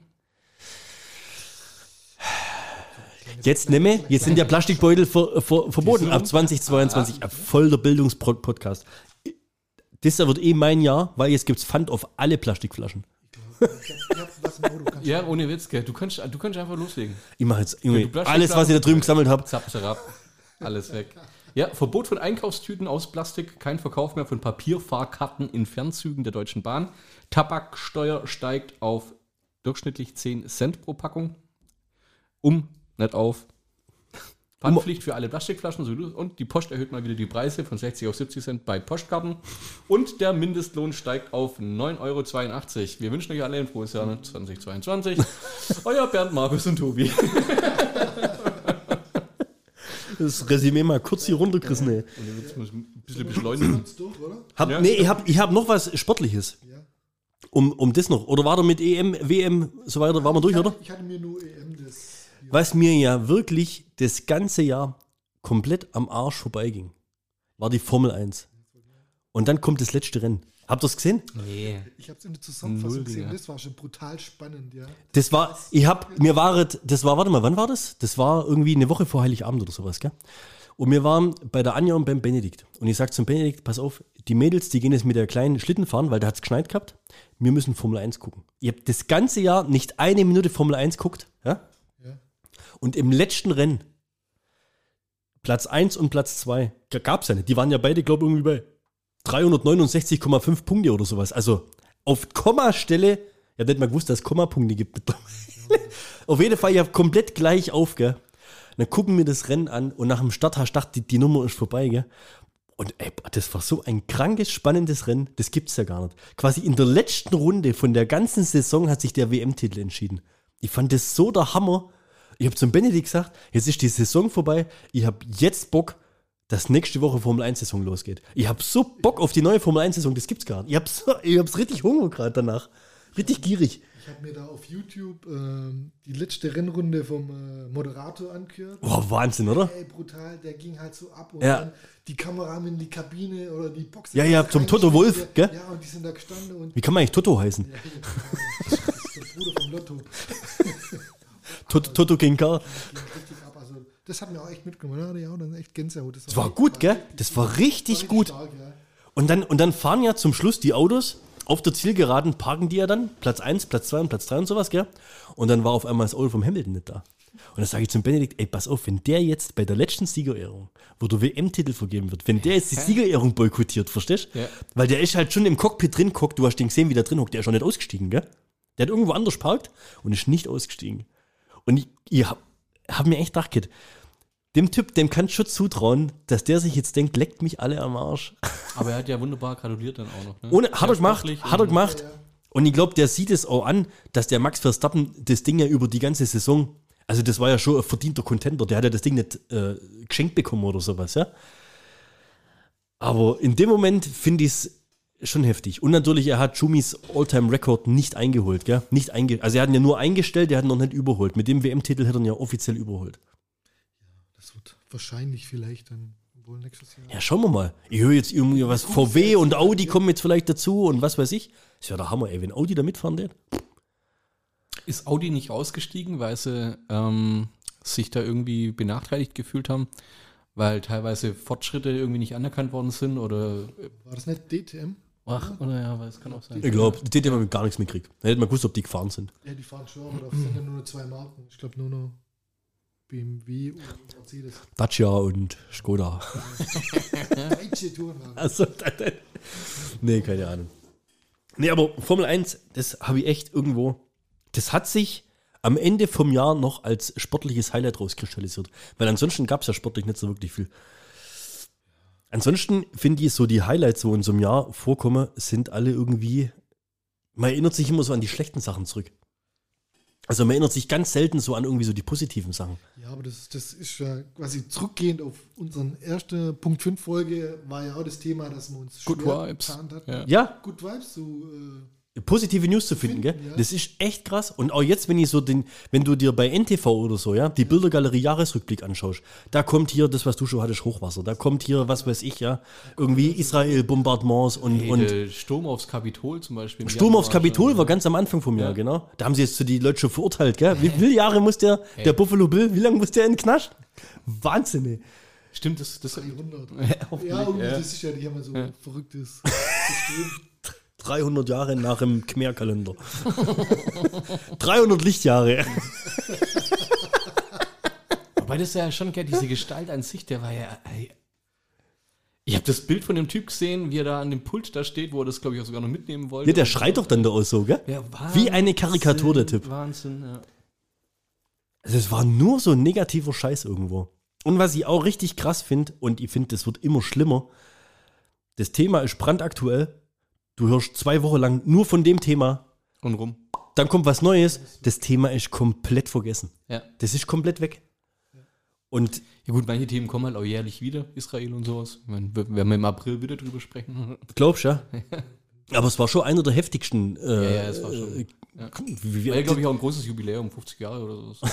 Jetzt sind ja Plastikbeutel verboten ab 2022. Voll der Bildungspodcast. Das wird mein Jahr, weil jetzt gibt es Pfand auf alle Plastikflaschen. Ich hab was im Auto. Kannst Ja, ohne Witz, gell. Du kannst einfach loslegen. Ich mache jetzt du Plastikflaschen- alles, was ich da drüben gesammelt habe. Zapp, zerab. Alles weg. Ja, Verbot von Einkaufstüten aus Plastik, kein Verkauf mehr von Papierfahrkarten in Fernzügen der Deutschen Bahn. Tabaksteuer steigt auf durchschnittlich 10 Cent pro Packung. Nicht auf. Pfandpflicht für alle Plastikflaschen und die Post erhöht mal wieder die Preise von 60 auf 70 Cent bei Postkarten. Und der Mindestlohn steigt auf 9,82 €. Wir wünschen euch alle ein frohes Jahr 2022. Euer Bernd, Markus und Tobi. Das Resümee mal kurz hier runtergerissen, ey. Und jetzt muss ich ein bisschen beschleunigen. du durch, oder? Ja. Ich hab noch was Sportliches. Ja. Um das noch. Oder war da mit EM, WM, so weiter, waren wir durch, oder? Ich hatte mir nur EM das. Was mir ja wirklich das ganze Jahr komplett am Arsch vorbeiging, war die Formel 1. und dann kommt das letzte Rennen. Habt ihr es gesehen? Nee. Ich habe es in der Zusammenfassung Null, gesehen, Digga. das war schon brutal spannend, ja. Das war, warte mal, wann war das? Das war irgendwie eine Woche vor Heiligabend oder sowas, gell? Und wir waren bei der Anja und beim Benedikt. Und ich sag zum Benedikt, pass auf, die Mädels, die gehen jetzt mit der kleinen Schlitten fahren, weil da hat's geschneit gehabt. Wir müssen Formel 1 gucken. Ihr habt das ganze Jahr nicht eine Minute Formel 1 guckt, ja? Ja. Und im letzten Rennen, Platz 1 und Platz 2, gab's ja nicht. Die waren ja beide, glaube ich, irgendwie bei 369,5 Punkte oder sowas. Also auf Kommastelle, ich hab nicht mal gewusst, dass es Kommapunkte gibt mittlerweile. Auf jeden Fall, ich hab komplett gleich auf, gell? Dann gucken wir das Rennen an und nach dem Start hast du gedacht, die Nummer ist vorbei, gell? Und ey, das war so ein krankes, spannendes Rennen, das gibt's ja gar nicht. Quasi in der letzten Runde von der ganzen Saison hat sich der WM-Titel entschieden. Ich fand das so der Hammer. Ich habe zum Benedikt gesagt, jetzt ist die Saison vorbei, ich habe jetzt Bock, dass nächste Woche Formel 1-Saison losgeht. Ich habe so Bock auf die neue Formel 1-Saison, das gibt's gar nicht. Ich hab's richtig Hunger gerade danach. Richtig gierig. Ich habe mir da auf YouTube die letzte Rennrunde vom Moderator angehört. Boah, Wahnsinn, oder? Ey, brutal, der ging halt so ab und Ja. dann die Kamera haben in die Kabine oder die Box. Ja, zum Toto Wolff, gell? Ja, und die sind da gestanden und Wie kann man eigentlich Toto heißen? ja, das ist der Bruder vom Lotto. Toto King Car. Ging richtig ab. Also, das hat mir auch echt mitgenommen. Da hatte ich auch dann echt Gänsehaut. Das war gut, gell? Das war richtig gut. Stark, ja. Und dann fahren ja zum Schluss die Autos auf der Zielgeraden, parken die ja dann, Platz 1, Platz 2 und Platz 3 und sowas, gell? Und dann war auf einmal das Auto vom Hamilton nicht da. Und dann sage ich zum Benedikt, ey, pass auf, wenn der jetzt bei der letzten Siegerehrung, wo der WM-Titel vergeben wird, wenn der jetzt die Siegerehrung boykottiert, verstehst du? Ja. Weil der ist halt schon im Cockpit drin gehockt, du hast den gesehen, wie der drin hockt, der ist schon nicht ausgestiegen, gell? Der hat irgendwo anders parkt und ist nicht ausgestiegen. Und ich hab mir echt gedacht, dem Typ, dem kannst du schon zutrauen, dass der sich jetzt denkt, leckt mich alle am Arsch. Aber er hat ja wunderbar gratuliert dann auch noch. Ne? Ohne, hat er gemacht, sportlich hat er und- gemacht. Und ich glaube, der sieht es auch an, dass der Max Verstappen das Ding ja über die ganze Saison, also das war ja schon ein verdienter Contender, der hat ja das Ding nicht geschenkt bekommen oder sowas, ja. Aber in dem Moment finde ich es schon heftig. Und natürlich, er hat Schumis All-Time-Record nicht eingeholt, gell? Also er hat ihn ja nur eingestellt, er hat ihn noch nicht überholt. Mit dem WM-Titel hätte er ihn ja offiziell überholt. Das wird wahrscheinlich vielleicht dann wohl nächstes Jahr. Ja, schauen wir mal. Ich höre jetzt irgendwie was, VW und Audi kommen jetzt vielleicht dazu und was weiß ich. Das wäre der Hammer, ey, wenn Audi da mitfahren wird. Ist Audi nicht ausgestiegen, weil sie sich da irgendwie benachteiligt gefühlt haben, weil teilweise Fortschritte irgendwie nicht anerkannt worden sind oder War das nicht DTM? ach, oder ja, weil es kann auch sein. Ich glaube, die hätte man gar nichts mitgekriegt. Da hätte man gewusst, ob die gefahren sind. Ja, die fahren schon, aber da sind ja nur noch zwei Marken. Ich glaube nur noch BMW und Mercedes. Dacia und Skoda. Deutsche Tourenwagen. Also, nee, keine Ahnung. Nee, aber Formel 1, das habe ich echt irgendwo, das hat sich am Ende vom Jahr noch als sportliches Highlight rauskristallisiert. Weil ansonsten gab es ja sportlich nicht so wirklich viel. Ansonsten finde ich so die Highlights, wo in so einem Jahr vorkommen, sind alle irgendwie, man erinnert sich immer so an die schlechten Sachen zurück. Also man erinnert sich ganz selten so an irgendwie so die positiven Sachen. Ja, aber das ist ja quasi zurückgehend auf unseren ersten Punkt 5 Folge, war ja auch das Thema, dass wir uns Good schwer Vibes. getan hatten. Ja. Ja, Good Vibes, so positive News zu finden, gell? Ja. Das ist echt krass. Und auch jetzt, wenn wenn du dir bei NTV oder so, ja, die Bildergalerie Jahresrückblick anschaust, da kommt hier das, was du schon hattest, Hochwasser. Da kommt hier, was weiß ich, ja, irgendwie Israel-Bombardements und Der Sturm aufs Kapitol zum Beispiel. im Sturm aufs Januar Kapitol schon. war ganz am Anfang vom Jahr, Ja. genau. Da haben sie jetzt so die Leute schon verurteilt, gell? Wie viele Jahre muss der Buffalo Bill, wie lange muss der in den Knast? Wahnsinn, ey. Stimmt, das 300. hoffentlich, Ja, irgendwie, ja. das ist ja, die haben ja so ein verrücktes System. 300 Jahre nach dem Khmer-Kalender. 300 Lichtjahre. Wobei das ja schon, gell, diese Gestalt an sich, der war ja. Ey. Ich habe das Bild von dem Typ gesehen, wie er da an dem Pult da steht, wo er das, glaube ich, auch sogar noch mitnehmen wollte. Ja, der schreit doch dann da aus so, gell? Ja, Wie eine Karikatur, der Typ. Wahnsinn, ja. Also es war nur so ein negativer Scheiß irgendwo. Und was ich auch richtig krass finde, und ich finde, das wird immer schlimmer, das Thema ist brandaktuell. Du hörst 2 Wochen lang nur von dem Thema, Und rum. dann kommt was Neues, das Thema ist komplett vergessen. Ja. Das ist komplett weg. Und Ja gut, manche Themen kommen halt auch jährlich wieder, Israel und sowas. Ich meine, werden wir im April wieder drüber sprechen. glaubst du, ja? Aber es war schon einer der heftigsten. Ja, es war schon. Ja. Wie, War ja, glaube ich, auch ein großes Jubiläum, 50 Jahre oder so.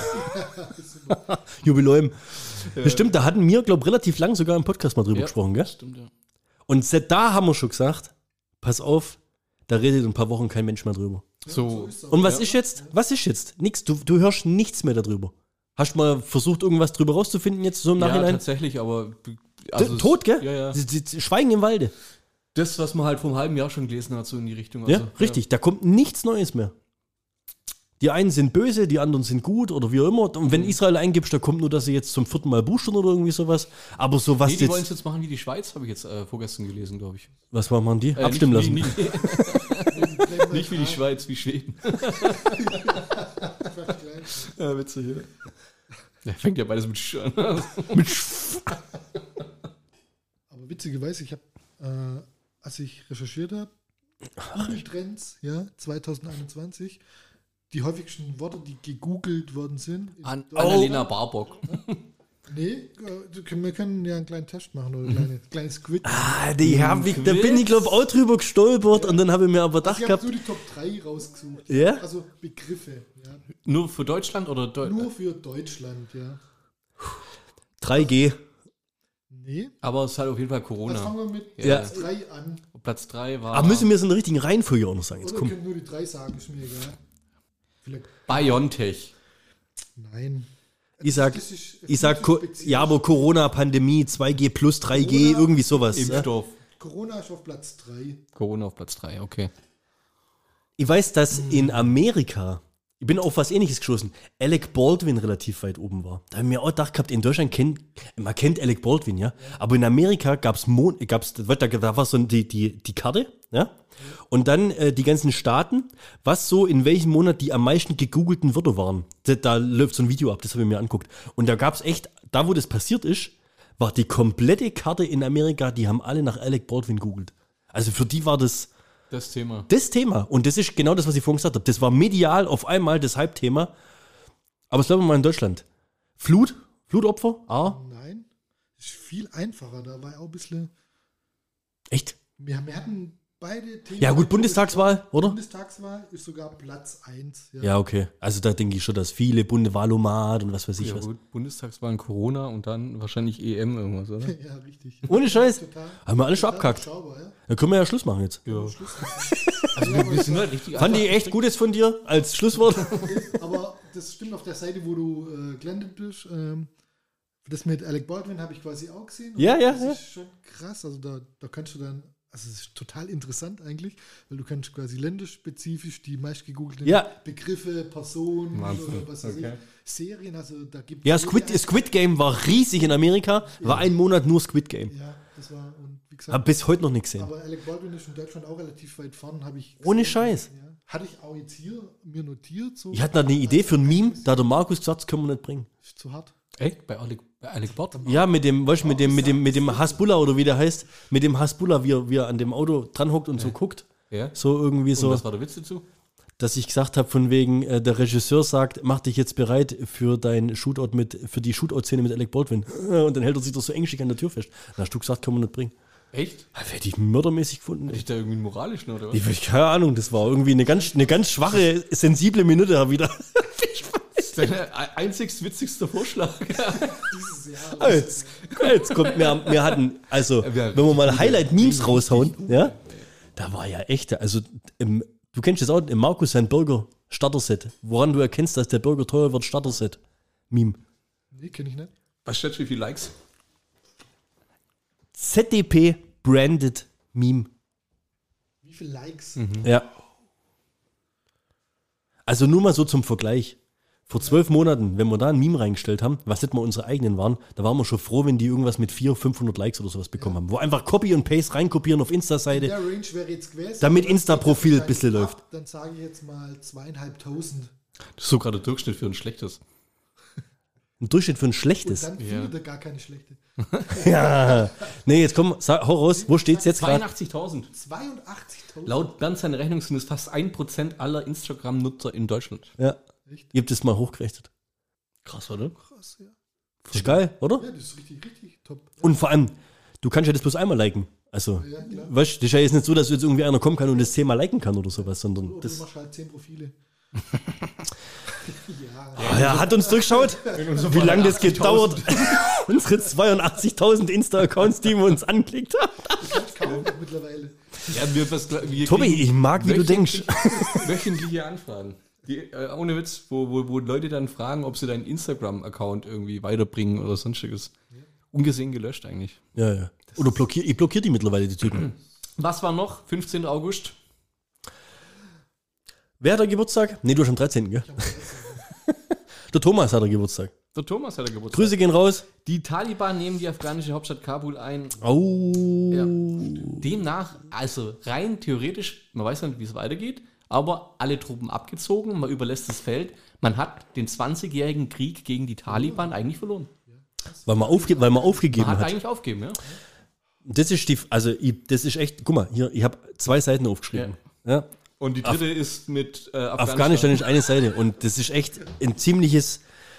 Jubiläum. Das stimmt, da hatten wir, glaube ich, relativ lang sogar im Podcast mal drüber Ja, gesprochen, gell? Stimmt, ja. Und da haben wir schon gesagt, pass auf, da redet in ein paar Wochen kein Mensch mehr drüber. So. ist es auch. Und was ist jetzt? Was ist jetzt? Nix. Du hörst nichts mehr darüber. Hast du mal versucht, irgendwas drüber rauszufinden jetzt so im Ja, Nachhinein? tatsächlich, aber Tot, gell? Ja, ja. Sie schweigen im Walde. Das, was man halt vor einem halben Jahr schon gelesen hat, so in die Richtung. Ja, richtig. Da kommt nichts Neues mehr. Die einen sind böse, die anderen sind gut oder wie auch immer. Und wenn Israel eingibst, da kommt nur, dass sie jetzt zum 4. Mal boostern oder irgendwie sowas. Aber so was Nee, die wollen jetzt. es jetzt machen wie die Schweiz, habe ich jetzt vorgestern gelesen, glaube ich. Was machen die? Abstimmen lassen. Nicht wie die Schweiz, wie Schweden. Ja, witzig, ja. Ja, fängt ja beides mit Sch an. Aber witzigerweise, ich habe, als ich recherchiert habe, Google-Trends, ja, 2021, die häufigsten Worte, die gegoogelt worden sind. Annalena Baerbock. Nee, wir können ja einen kleinen Test machen oder ein kleines Squid. Da bin ich, glaube ich, auch drüber gestolpert und dann habe ich mir aber gedacht Ich habe gehabt. so die Top 3 rausgesucht. Ja? Also Begriffe, ja. Nur für Deutschland oder Nur für Deutschland, ja. 3G. Nee. Aber es ist halt auf jeden Fall Also Corona. fangen wir mit Ja. Platz 3 an. Platz 3 war Aber müssen wir es in der richtigen Reihenfolge auch noch sagen? Jetzt Oder komm. wir können nur die 3 sagen, ist mir egal. Vielleicht. BioNTech. Nein. Ich sag, Das ist ja, aber Corona-Pandemie, 2G plus 3G, Corona, irgendwie sowas. Ja? Impfstoff. Corona ist auf Platz 3. Corona auf Platz 3, okay. Ich weiß, dass in Amerika, ich bin auf was Ähnliches geschossen, Alec Baldwin relativ weit oben war. Da habe ich mir auch gedacht gehabt, in Deutschland man kennt Alec Baldwin, ja. Aber in Amerika da war so die Karte, ja. Und dann die ganzen Staaten, was so in welchem Monat die am meisten gegoogelten Wörter waren. Da läuft so ein Video ab, das habe ich mir angeguckt. Und da gab es echt, da wo das passiert ist, war die komplette Karte in Amerika, die haben alle nach Alec Baldwin googelt. Also für die war das Thema. das Thema. Und das ist genau das, was ich vorhin gesagt habe. Das war medial auf einmal das Hype-Thema. Aber es bleiben wir mal in Deutschland. Flutopfer? Nein. Ist viel einfacher. Da war auch ein bisschen. Echt? Wir hatten beide Themen. Ja gut, Bundestagswahl, oder? Bundestagswahl ist sogar Platz 1. Ja, okay. Also da denke ich schon, dass viele Bundewahlomat und was weiß ich Ja was. gut, Bundestagswahlen, Corona und dann wahrscheinlich EM irgendwas, oder? Ja, richtig. Ohne Scheiß. Total. Haben wir alles schon total abkackt. überschaubar, ja. Dann können wir ja Schluss machen jetzt. Ja. Schluss. Also wir sind halt richtig Fand ich echt Gutes von dir als Schlusswort. Aber das stimmt auf der Seite, wo du gelandet bist. Das mit Alec Baldwin habe ich quasi auch gesehen. Und Ja, ja, das ja. ist schon krass. Also da kannst du dann, also es ist total interessant eigentlich, weil du kannst quasi länderspezifisch die meist gegoogelten Ja. Begriffe, Personen Wahnsinn. oder was weiß Okay. ich, Serien, also da gibt Ja, Squid Game war riesig in Amerika. War ein Monat nur Squid Game. Ja, das war, und wie gesagt, Hab bis heute noch nichts gesehen. aber Alec Baldwin ist in Deutschland auch relativ weit vorn, habe ich Ohne gesehen. Scheiß. Ja. Hatte ich auch jetzt hier mir notiert. So. Ich hatte da eine Idee für ein Meme, da hat der Markus gesagt, das können wir nicht bringen. Ist zu hart. Echt? Bei Alec Baldwin? Ja, mit dem Hasbulla oder wie der heißt, mit dem Hasbulla, wie er an dem Auto dran hockt und so guckt. Ja. So irgendwie Und so, was war der Witz dazu? dass ich gesagt habe, von wegen, der Regisseur sagt, mach dich jetzt bereit für dein Shootout für die Shootout-Szene mit Alec Baldwin. Und dann hält er sich doch so engstig an der Tür fest. Dann hast du gesagt, können wir nicht bringen. Echt? Hätte ich mördermäßig gefunden. Ist da irgendwie einen moralischen oder was? Ich keine Ahnung, das war irgendwie eine ganz schwache, sensible Minute wieder. Das ist dein einzigst witzigster Vorschlag. Dieses Jahr. Jetzt kommt, wir hatten, also, wenn wir mal Highlight-Memes raushauen, ja, da war ja echt, also, du kennst das auch, im Markus sein Burger Starter-Set, woran du erkennst, dass der Burger teuer wird, Starter-Set. Meme. Nee, kenne ich nicht. Was schätzt du, wie viele Likes? ZDP branded Meme. Wie viele Likes? Ja. Also nur mal so zum Vergleich. Vor 12 Monaten, wenn wir da ein Meme reingestellt haben, was nicht mal unsere eigenen waren, da waren wir schon froh, wenn die irgendwas mit 400, 500 Likes oder sowas bekommen haben. Wo einfach Copy und Paste reinkopieren auf Insta-Seite. Der Range wäre jetzt gewesen. Damit aber Insta-Profil das ein bisschen wahrscheinlich läuft. Dann sage ich jetzt mal 2.500. Das ist sogar der Durchschnitt für ein schlechtes. Ein Durchschnitt für ein Und schlechtes. dann findet er gar keine schlechte. Ja. Nee, jetzt komm, hau raus, wo steht's jetzt gerade? 82.000. 82.000. Laut Bernd seiner Rechnung sind es fast 1% aller Instagram-Nutzer in Deutschland. Ja. Echt? Ihr habt das mal hochgerechnet. Krass, oder? Krass, ja. Das ist geil, oder? Ja, das ist richtig, richtig top. Und vor allem, du kannst ja das bloß einmal liken. Also, Ja, klar. weißt du, das ist ja jetzt nicht so, dass jetzt irgendwie einer kommen kann und das 10-mal liken kann oder sowas, sondern Oder das. du machst halt 10 Profile. Er hat uns durchschaut, wie lange das gedauert. Unsere 82.000 Insta-Accounts, die wir uns angeklickt haben. Kaum mittlerweile. Ja, wir Tobi, kriegen ich mag, wie du denkst. wöchentliche Anfragen. Ohne Witz, wo Leute dann fragen, ob sie deinen Instagram-Account irgendwie weiterbringen oder sonstiges. Ungesehen gelöscht eigentlich. Ja. Oder ich blockiere die mittlerweile, die Typen. Was war noch? 15. August? Wer hat der Geburtstag? Nee, du hast am 13. Gell? Der Thomas hat der Geburtstag. Der Thomas hat Geburtstag. Grüße gehen raus. Die Taliban nehmen die afghanische Hauptstadt Kabul ein. Oh. Ja. Demnach, also rein theoretisch, man weiß nicht, wie es weitergeht, aber alle Truppen abgezogen, man überlässt das Feld. Man hat den 20-jährigen Krieg gegen die Taliban eigentlich verloren. Weil man aufgegeben Man hat hat. eigentlich aufgegeben, ja. Das ist das ist echt, guck mal, hier, ich habe 2 Seiten aufgeschrieben. Ja. Und die dritte ist mit Afghanistan ist eine Seite und das ist echt ein ziemliches,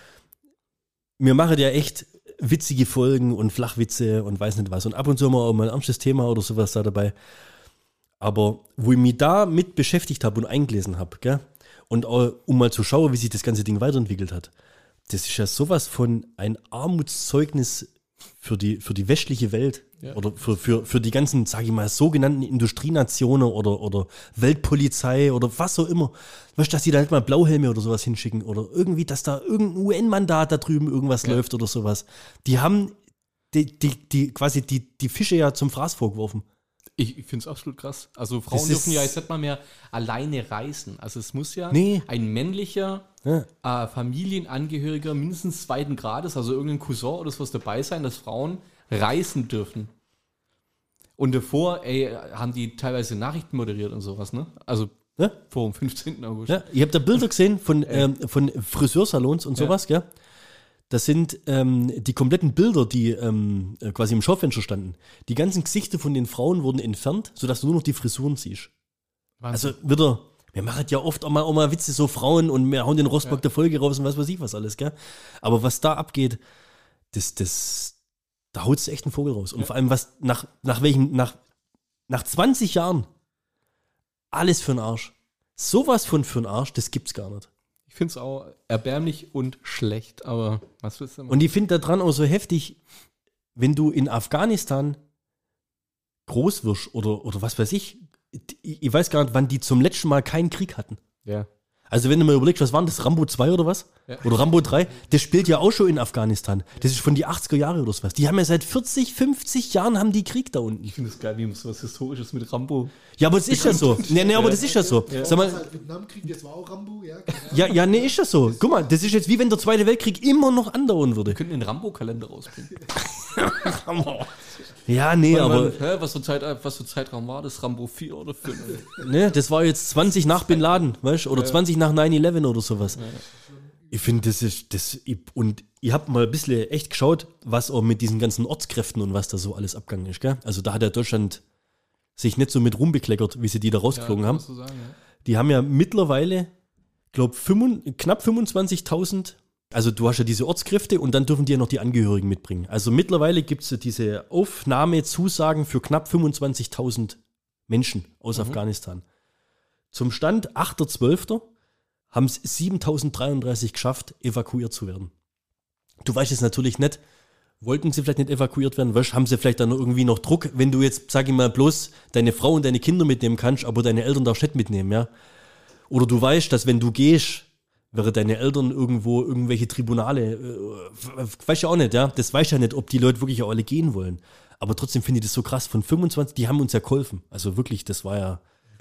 wir machen ja echt witzige Folgen und Flachwitze und weiß nicht was und ab und zu mal auch mal ein ernstes Thema oder sowas da dabei. Aber wo ich mich da mit beschäftigt habe und eingelesen habe, gell, und auch, um mal zu schauen, wie sich das ganze Ding weiterentwickelt hat, das ist ja sowas von ein Armutszeugnis für die westliche Welt. Ja. Oder für die ganzen, sage ich mal, sogenannten Industrienationen oder Weltpolizei oder was auch immer. Weißt du, dass die da halt mal Blauhelme oder sowas hinschicken oder irgendwie, dass da irgendein UN-Mandat da drüben irgendwas läuft oder sowas. Die haben quasi die Fische ja zum Fraß vorgeworfen. Ich finde es absolut krass. Also Frauen dürfen ja jetzt nicht mal mehr alleine reisen. Also es muss ja ein männlicher Familienangehöriger mindestens 2. Grades, also irgendein Cousin oder sowas dabei sein, dass Frauen reisen dürfen. Und davor, haben die teilweise Nachrichten moderiert und sowas, ne? Also vor dem 15. August. Ja, ich habe da Bilder gesehen von Friseursalons und sowas, gell? Das sind die kompletten Bilder, die quasi im Schaufenster standen. Die ganzen Gesichter von den Frauen wurden entfernt, sodass du nur noch die Frisuren siehst. Wahnsinn. Also wieder, wir machen ja oft auch mal Witze, so Frauen und wir hauen den Rossback der Folge raus und was weiß ich was alles, gell? Aber was da abgeht, da haut es echt einen Vogel raus. Und vor allem, was nach 20 Jahren alles für den Arsch. Sowas von für den Arsch, das gibt's gar nicht. Ich finde es auch erbärmlich und schlecht, aber was willst du machen? Und ich finde da dran auch so heftig, wenn du in Afghanistan groß wirst oder was weiß ich weiß gar nicht, wann die zum letzten Mal keinen Krieg hatten. Ja. Also wenn du mal überlegst, was waren das, Rambo 2 oder was? Ja. Oder Rambo 3, das spielt ja auch schon in Afghanistan. Das ist von die 80er Jahre oder sowas. Die haben ja seit 40, 50 Jahren haben die Krieg da unten. Ich finde es geil, wie so was Historisches mit Rambo. Ja, aber das ist ja so. Nee, aber das ist ja so. Ja. Sag mal, Das halt Vietnamkrieg, das war auch Rambo, ja. ja, nee, ist ja so. Guck mal, das ist jetzt wie wenn der Zweite Weltkrieg immer noch andauern würde. Wir könnten den Rambo-Kalender rausbringen. Ja, nee, aber Was für Zeitraum war das? Rambo 4 oder 5? ne, das war jetzt 20 nach Bin Laden, weißt du? Oder 20 nach 9/11 oder sowas. Ich finde, und ich habe mal ein bisschen echt geschaut, was auch mit diesen ganzen Ortskräften und was da so alles abgegangen ist, gell? Also da hat ja Deutschland sich nicht so mit rumbekleckert, wie sie die da rausgeflogen haben. So sagen, ja. Die haben ja mittlerweile, glaube knapp 25.000. Also du hast ja diese Ortskräfte und dann dürfen die ja noch die Angehörigen mitbringen. Also mittlerweile gibt es diese Aufnahmezusagen für knapp 25.000 Menschen aus Afghanistan. Zum Stand 8.12. haben es 7.033 geschafft, evakuiert zu werden. Du weißt es natürlich nicht, wollten sie vielleicht nicht evakuiert werden, weißt, haben sie vielleicht dann irgendwie noch Druck, wenn du jetzt, sag ich mal, bloß deine Frau und deine Kinder mitnehmen kannst, aber deine Eltern darfst du nicht mitnehmen, ja? Oder du weißt, dass wenn du gehst, wäre deine Eltern irgendwo irgendwelche Tribunale, weiß ja auch nicht, ja, das weiß ja nicht, ob die Leute wirklich auch alle gehen wollen. Aber trotzdem finde ich das so krass, von 25, die haben uns ja geholfen. Also wirklich, die waren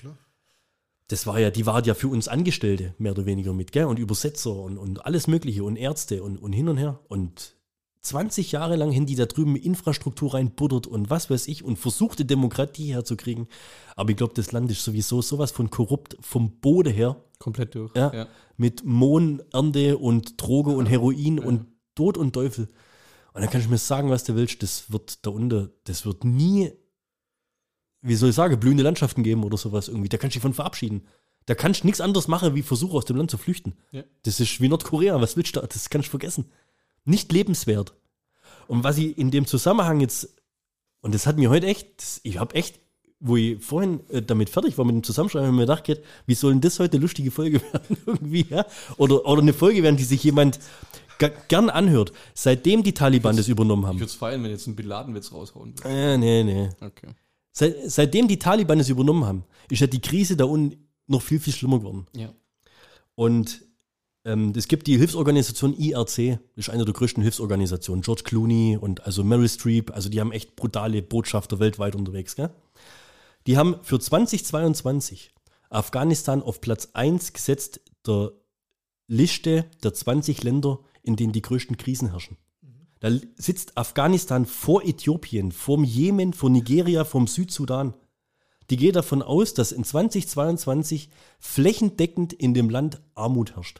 ja für uns Angestellte, mehr oder weniger mit, gell, und Übersetzer und alles mögliche und Ärzte und hin und her. Und 20 Jahre lang haben die da drüben Infrastruktur reinbuddert und was weiß ich und versuchte Demokratie herzukriegen. Aber ich glaube, das Land ist sowieso sowas von korrupt vom Boden her. Komplett durch. Ja. Mit Mohnernte und Droge und Heroin und Tod und Teufel. Und dann kannst du mir sagen, was du willst, das wird nie, wie soll ich sagen, blühende Landschaften geben oder sowas irgendwie. Da kannst du dich von verabschieden. Da kannst du nichts anderes machen, wie versuchen, aus dem Land zu flüchten. Ja. Das ist wie Nordkorea, was willst du da? Das kannst du vergessen. Nicht lebenswert. Und was ich in dem Zusammenhang jetzt, und das hat mir heute echt, ich habe echt wo ich vorhin damit fertig war mit dem Zusammenschreiben, habe ich mir gedacht, wie soll denn das heute eine lustige Folge werden irgendwie, ja? Oder eine Folge werden, die sich jemand gern anhört, seitdem die Taliban das übernommen haben. Ich würde es feiern, wenn jetzt ein Bin Laden-Witz raushauen würde. Nee. Okay. Seitdem die Taliban es übernommen haben, ist ja die Krise da unten noch viel, viel schlimmer geworden. Ja. Und es gibt die Hilfsorganisation IRC, ist eine der größten Hilfsorganisationen. George Clooney und also Meryl Streep, also die haben echt brutale Botschafter weltweit unterwegs. Gell? Die haben für 2022 Afghanistan auf Platz 1 gesetzt der Liste der 20 Länder, in denen die größten Krisen herrschen. Da sitzt Afghanistan vor Äthiopien, vorm Jemen, vor Nigeria, vom Südsudan. Die geht davon aus, dass in 2022 flächendeckend in dem Land Armut herrscht.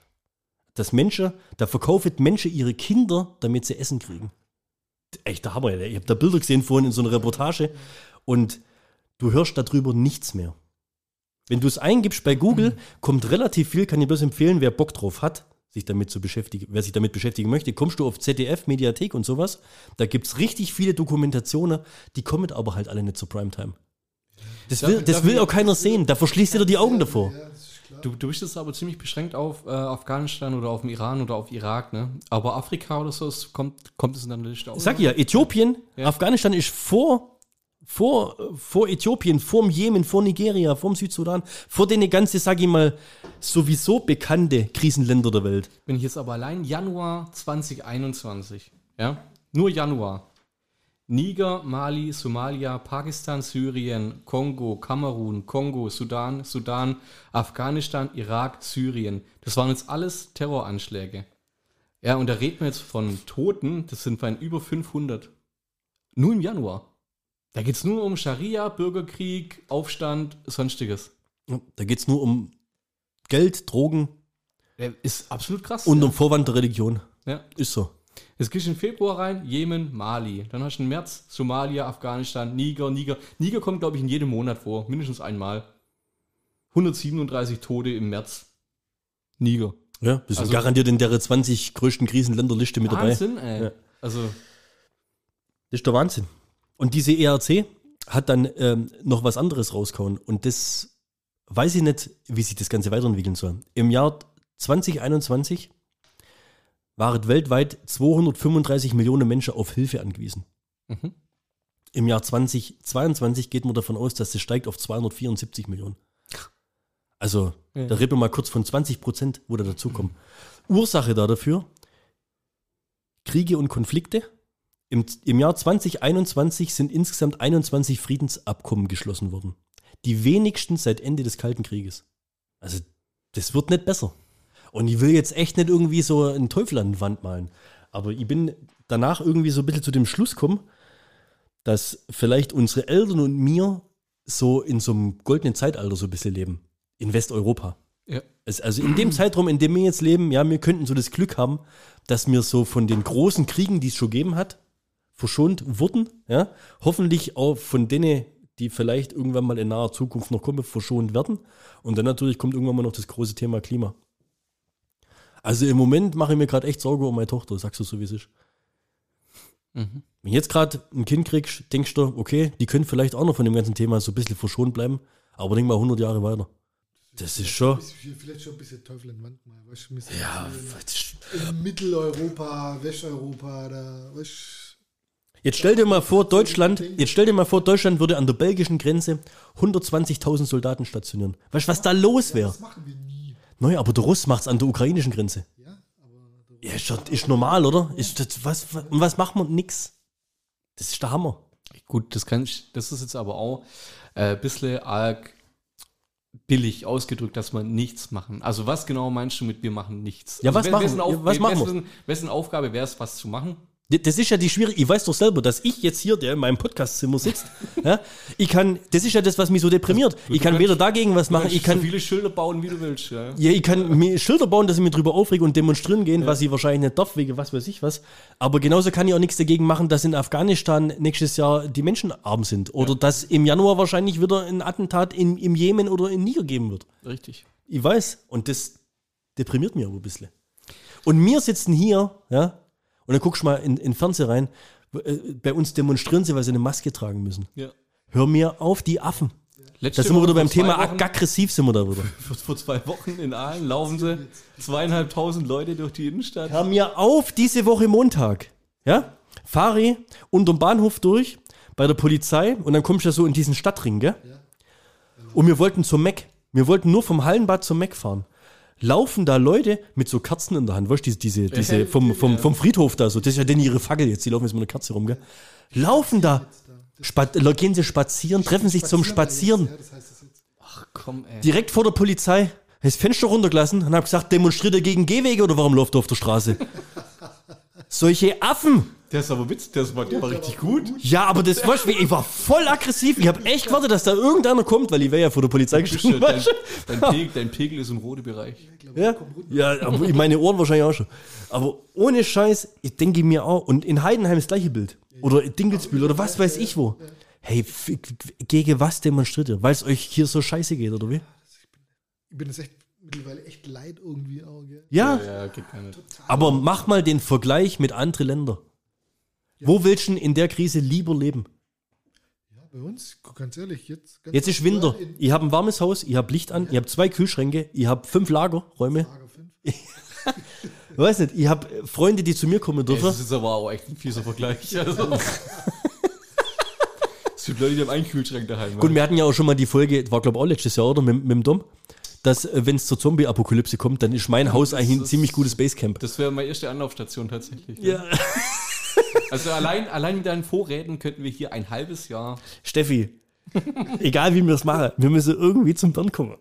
Da verkaufen Menschen ihre Kinder, damit sie Essen kriegen. Echt der Hammer. Ich habe da Bilder gesehen vorhin in so einer Reportage und du hörst darüber nichts mehr. Wenn du es eingibst bei Google, kommt relativ viel, kann ich bloß empfehlen, wer Bock drauf hat, wer sich damit beschäftigen möchte, kommst du auf ZDF, Mediathek und sowas. Da gibt es richtig viele Dokumentationen, die kommen aber halt alle nicht zur Primetime. Das will auch keiner sehen, da verschließt jeder die Augen davor. Du bist jetzt aber ziemlich beschränkt auf Afghanistan oder auf den Iran oder auf Irak, ne? Aber Afrika oder so, kommt es in deiner Liste auch? Sag ja, Äthiopien, Ja. Afghanistan ist vor Äthiopien, vorm Jemen, vor Nigeria, vorm Südsudan, vor den ganze, sag ich mal, sowieso bekannte Krisenländer der Welt. Wenn ich jetzt aber allein Januar 2021, ja, nur Januar, Niger, Mali, Somalia, Pakistan, Syrien, Kongo, Kamerun, Kongo, Sudan, Afghanistan, Irak, Syrien. Das waren jetzt alles Terroranschläge. Ja, und da reden wir jetzt von Toten, das sind weit über 500. Nur im Januar. Da geht es nur um Scharia, Bürgerkrieg, Aufstand, Sonstiges. Da geht es nur um Geld, Drogen Ist absolut krass. und um Vorwand der Religion. ja. Ist so. Jetzt gehst du in Februar rein, Jemen, Mali. Dann hast du im März Somalia, Afghanistan, Niger. Niger kommt, glaube ich, in jedem Monat vor. Mindestens einmal. 137 Tote im März. Niger. Ja, wir sind Also- garantiert in der 20 größten Krisenländerliste mit dabei. Wahnsinn, ey. Ja. Also, Das ist der Wahnsinn. Und diese ERC hat dann noch was anderes rausgehauen. Und das weiß ich nicht, wie sich das Ganze weiterentwickeln soll. Im Jahr 2021 waren weltweit 235 Millionen Menschen auf Hilfe angewiesen. Mhm. Im Jahr 2022 geht man davon aus, dass das steigt auf 274 Millionen. Also, Ja. da reden wir mal kurz von 20%, wo da dazukommen. Ursache dafür, Kriege und Konflikte. Im Jahr 2021 sind insgesamt 21 Friedensabkommen geschlossen worden. Die wenigsten seit Ende des Kalten Krieges. Also, das wird nicht besser. Und ich will jetzt echt nicht irgendwie so einen Teufel an die Wand malen. Aber ich bin danach irgendwie so ein bisschen zu dem Schluss gekommen, dass vielleicht unsere Eltern und mir so in so einem goldenen Zeitalter so ein bisschen leben. In Westeuropa. ja. Also in dem Zeitraum, in dem wir jetzt leben, ja, wir könnten so das Glück haben, dass wir so von den großen Kriegen, die es schon gegeben hat, verschont wurden. Ja? Hoffentlich auch von denen, die vielleicht irgendwann mal in naher Zukunft noch kommen, verschont werden. Und dann natürlich kommt irgendwann mal noch das große Thema Klima. Also im Moment mache ich mir gerade echt Sorge um meine Tochter, sagst du so, wie es ist. Mhm. Wenn du jetzt gerade ein Kind kriegst, denkst du, okay, die können vielleicht auch noch von dem ganzen Thema so ein bisschen verschont bleiben, aber denk mal 100 Jahre weiter. Das ist schon... Vielleicht schon ein bisschen Teufel in Wand mal. Weißt du, Ja, in Mitteleuropa, Westeuropa, da, weißt jetzt stell dir mal vor, Deutschland würde an der belgischen Grenze 120.000 Soldaten stationieren. Weißt du, was da los wäre? das machen wir nie. Neu, aber der Russ macht's an der ukrainischen Grenze. Ja, aber Ja, ist normal, oder? Und was machen wir? Nix. Das ist der Hammer. Gut, das ist jetzt aber auch ein bisschen arg billig ausgedrückt, dass wir nichts machen. Also was genau meinst du mit wir machen nichts? Ja, also was machen wir? Wessen Aufgabe wäre es, was zu machen? Das ist ja die schwierige, ich weiß doch selber, dass ich jetzt hier, der in meinem Podcastzimmer sitzt, ja, das ist ja das, was mich so deprimiert. Ich kann weder dagegen was machen, Du kannst so viele Schilder bauen, wie du willst. Ja. Ja, ich kann mir Schilder bauen, dass ich mir drüber aufrege und demonstrieren gehen, was ich wahrscheinlich nicht darf, wegen was weiß ich was. Aber genauso kann ich auch nichts dagegen machen, dass in Afghanistan nächstes Jahr die Menschen arm sind. Oder dass im Januar wahrscheinlich wieder ein Attentat im Jemen oder in Niger geben wird. Richtig. Ich weiß. Und das deprimiert mich aber ein bisschen. Und wir sitzen hier, ja, und dann guckst du mal in den Fernseher rein, bei uns demonstrieren sie, weil sie eine Maske tragen müssen. Ja. Hör mir auf, die Affen. Letzte Da sind wir Woche wieder beim vor 2 Thema Wochen- aggressiv sind wir da wieder. Vor 2 Wochen in Aalen laufen sie 2.500 Leute durch die Innenstadt. Hör mir auf, diese Woche Montag. Ja? Fahre ich unterm Bahnhof durch, bei der Polizei, und dann kommst du ja so in diesen Stadtring, gell? Und wir wollten zum Mac. Wir wollten nur vom Hallenbad zum Mac fahren. Laufen da Leute mit so Kerzen in der Hand, weißt du, diese vom Friedhof da, so, das ist ja denn ihre Fackel jetzt, die laufen jetzt mit einer Kerze rum, gell? Laufen da, gehen sie spazieren, treffen sich zum Spazieren. Ja, das heißt das jetzt. Ach komm, ey. Direkt vor der Polizei, das Fenster runtergelassen und hab gesagt, demonstriert er gegen Gehwege oder warum läuft er auf der Straße? Solche Affen! Der ist aber witzig, der war richtig gut. Ja, aber das weißt du, ich war voll aggressiv. Ich habe echt gewartet, dass da irgendeiner kommt, weil ich wäre ja vor der Polizei gestanden. weißt du? Dein Pegel ist im roten Bereich. Ja, aber meine Ohren wahrscheinlich auch schon. Aber ohne Scheiß, ich denke mir auch, und in Heidenheim das gleiche Bild. Oder in Dinkelsbühl oder was weiß ich wo. Hey, gegen was demonstriert ihr? Weil es euch hier so scheiße geht, oder wie? Ich bin jetzt echt mittlerweile echt leid irgendwie auch, gell? Ja, Ja, geht gar nicht. aber mach mal den Vergleich mit anderen Ländern. Wo willst du denn in der Krise lieber leben? Ja, bei uns, ganz ehrlich, jetzt Jetzt ist Winter. Ich habe ein warmes Haus, ich habe Licht an, ich habe 2 Kühlschränke, ich habe 5 Lagerräume. Lager 5. Ich weiß nicht, ich habe Freunde, die zu mir kommen dürfen. Das ist aber auch echt ein fieser Vergleich. Also. Es gibt Leute, die haben einen Kühlschrank daheim. Gut, wir hatten ja auch schon mal die Folge, war glaube ich auch letztes Jahr, oder? Mit dem Dom, dass wenn es zur Zombie-Apokalypse kommt, dann ist mein Haus eigentlich ein ziemlich gutes Basecamp. Das wäre meine erste Anlaufstation tatsächlich. Ja. Also allein mit deinen Vorräten könnten wir hier ein halbes Jahr. Steffi, egal wie wir es machen, wir müssen irgendwie zum Bern kommen.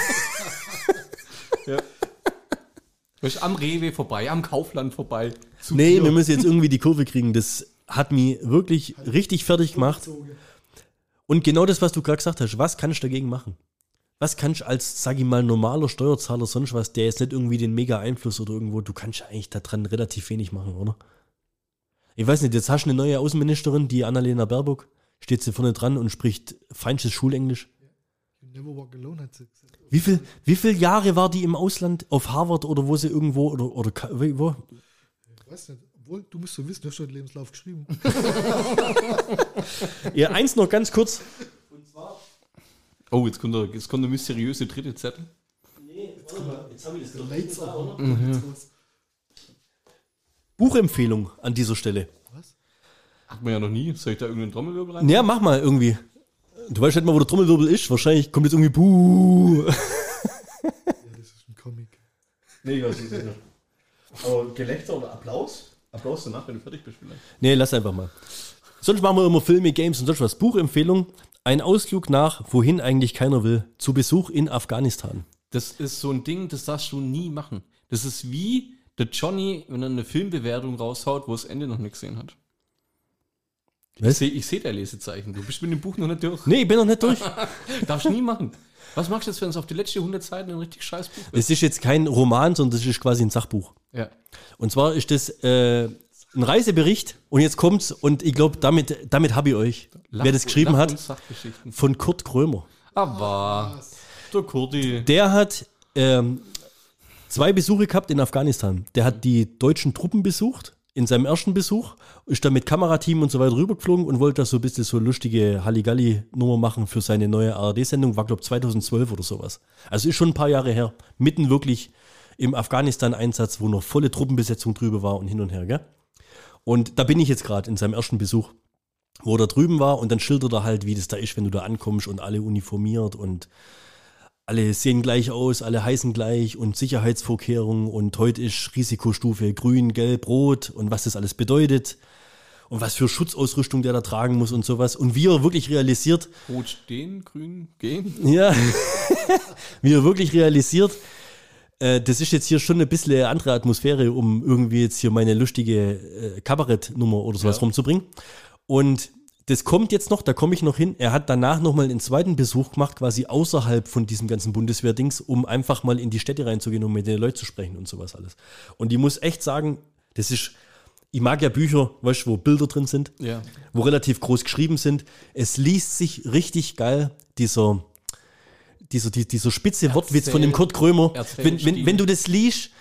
Weißt du, am Rewe vorbei, am Kaufland vorbei. zu Nee, dir. wir müssen jetzt irgendwie die Kurve kriegen. Das hat mich wirklich richtig fertig gemacht. Und genau das, was du gerade gesagt hast, was kannst du dagegen machen? Was kannst du als, sag ich mal, normaler Steuerzahler, sonst was, der jetzt nicht irgendwie den Mega-Einfluss oder irgendwo, du kannst ja eigentlich daran relativ wenig machen, oder? Ich weiß nicht, jetzt hast du eine neue Außenministerin, die Annalena Baerbock, steht sie vorne dran und spricht feinstes Schulenglisch. You never walk alone, hat sie gesagt. Wie viele Jahre war die im Ausland, auf Harvard oder wo sie irgendwo, oder wo? Ich weiß nicht, obwohl, du musst so wissen, du hast schon den Lebenslauf geschrieben. Ja, eins noch ganz kurz. Oh, jetzt kommt der mysteriöse dritte Zettel. Jetzt habe ich das Lights out. Buchempfehlung an dieser Stelle. Hat man ja noch nie. Soll ich da irgendeinen Trommelwirbel rein? Ja, mach mal irgendwie. Du weißt nicht mal, wo der Trommelwirbel ist. Wahrscheinlich kommt jetzt irgendwie Buh. Ja, das ist ein Comic. Nee, ich weiß es nicht. Aber Gelächter oder Applaus? Applaus danach, wenn du fertig bist vielleicht. Nee, lass einfach mal. Sonst machen wir immer Filme, Games und sonst was. Buchempfehlung. Ein Ausflug nach, wohin eigentlich keiner will. Zu Besuch in Afghanistan. Das ist so ein Ding, das darfst du nie machen. Das ist wie der Johnny, wenn er eine Filmbewertung raushaut, wo das Ende noch nicht gesehen hat. Was? Ich seh dein Lesezeichen. Du bist mit dem Buch noch nicht durch. Nee, ich bin noch nicht durch. Darfst du nie machen. Was machst du jetzt, wenn es auf die letzten 100 Seiten ein richtig scheiß Buch ist? Das ist jetzt kein Roman, sondern das ist quasi ein Sachbuch. Ja. Und zwar ist das ein Reisebericht und jetzt kommt's und ich glaube, damit habe ich euch, wer das geschrieben Lach- hat, und Sachgeschichten. von Kurt Krömer. Aber der Kurti. Der hat 2 Besuche gehabt in Afghanistan. Der hat die deutschen Truppen besucht, in seinem ersten Besuch, ist dann mit Kamerateam und so weiter rübergeflogen und wollte da so ein bisschen so lustige Halligalli-Nummer machen für seine neue ARD-Sendung, war glaube ich 2012 oder sowas. Also ist schon ein paar Jahre her, mitten wirklich im Afghanistan-Einsatz, wo noch volle Truppenbesetzung drüber war und hin und her, gell? Und da bin ich jetzt gerade in seinem ersten Besuch, wo er da drüben war und dann schildert er halt, wie das da ist, wenn du da ankommst und alle uniformiert und alle sehen gleich aus, alle heißen gleich und Sicherheitsvorkehrungen und heute ist Risikostufe grün, gelb, rot und was das alles bedeutet und was für Schutzausrüstung der da tragen muss und sowas. Und wie er wirklich realisiert, Rot stehen, grün gehen. ja, wie er wirklich realisiert, das ist jetzt hier schon ein bisschen eine andere Atmosphäre, um irgendwie jetzt hier meine lustige Kabarettnummer oder sowas rumzubringen. Und das kommt jetzt noch, da komme ich noch hin. Er hat danach nochmal einen zweiten Besuch gemacht, quasi außerhalb von diesem ganzen Bundeswehrdings, um einfach mal in die Städte reinzugehen, um mit den Leuten zu sprechen und sowas alles. Und ich muss echt sagen, das ist, ich mag ja Bücher, weißt du, wo Bilder drin sind, Ja. wo relativ groß geschrieben sind. Es liest sich richtig geil, dieser spitze Wortwitz von dem Kurt Krömer. Wenn du das liest,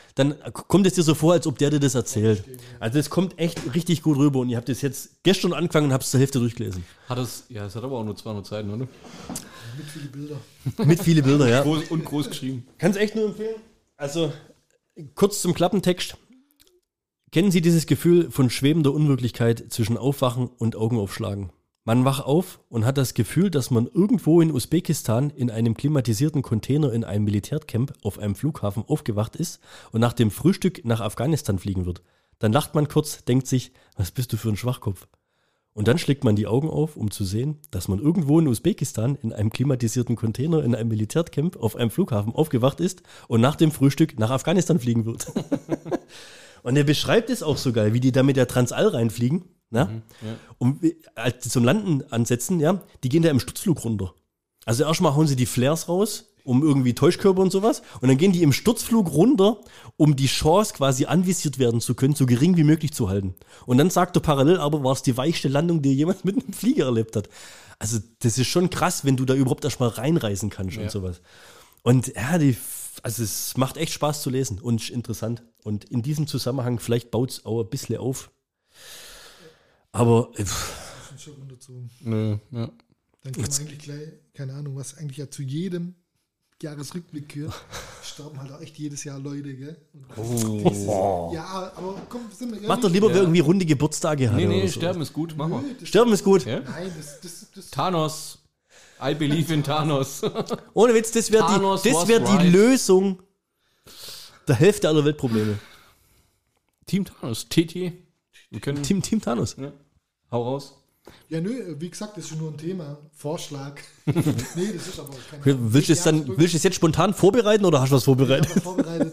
dann kommt es dir so vor, als ob der dir das erzählt. Also es kommt echt richtig gut rüber und ich habe das jetzt gestern angefangen und habe es zur Hälfte durchgelesen. Es hat aber auch nur 200 Seiten, oder? Mit viele Bilder. Mit viele Bilder, ja. Groß und groß geschrieben. Kann es echt nur empfehlen. Also kurz zum Klappentext. Kennen Sie dieses Gefühl von schwebender Unwirklichkeit zwischen Aufwachen und Augenaufschlagen? Man wacht auf und hat das Gefühl, dass man irgendwo in Usbekistan in einem klimatisierten Container in einem Militärcamp auf einem Flughafen aufgewacht ist und nach dem Frühstück nach Afghanistan fliegen wird. Dann lacht man kurz, denkt sich, was bist du für ein Schwachkopf? Und dann schlägt man die Augen auf, um zu sehen, dass man irgendwo in Usbekistan in einem klimatisierten Container in einem Militärcamp auf einem Flughafen aufgewacht ist und nach dem Frühstück nach Afghanistan fliegen wird. Und er beschreibt es auch so geil, wie die da mit der Transall reinfliegen. Ne? Ja. Und als die zum Landen ansetzen, ja, die gehen da im Sturzflug runter. Also erstmal hauen sie die Flares raus, um irgendwie Täuschkörper und sowas. Und dann gehen die im Sturzflug runter, um die Chance quasi anvisiert werden zu können, so gering wie möglich zu halten. Und dann sagt er parallel, aber war es die weichste Landung, die jemand mit einem Flieger erlebt hat. Also das ist schon krass, wenn du da überhaupt erstmal reinreisen kannst und sowas. Und ja, also es macht echt Spaß zu lesen und ist interessant. Und in diesem Zusammenhang, vielleicht baut es auch ein bisschen auf. Aber Schon runterzogen. Nö, ja. Dann kann man eigentlich gleich, keine Ahnung, was eigentlich ja zu jedem Jahresrückblick gehört, sterben halt auch echt jedes Jahr Leute, gell? Ja, aber komm, sind wir ehrlich? mach doch lieber, wer irgendwie runde Geburtstage hat. Nee, oder so. sterben ist gut, mach mal. Sterben ist gut. Ja? Nein, das Thanos. I believe in Thanos. Ohne Witz, das wäre Thanos die, was die right. Lösung der Hälfte aller Weltprobleme. Team Thanos. TT. Wir können. Team Thanos. Ja. Hau raus. Ja, nö, wie gesagt, das ist nur ein Thema. Vorschlag. Nee, das ist aber kein Willst du es jetzt spontan vorbereiten oder hast du was vorbereitet? vorbereitet.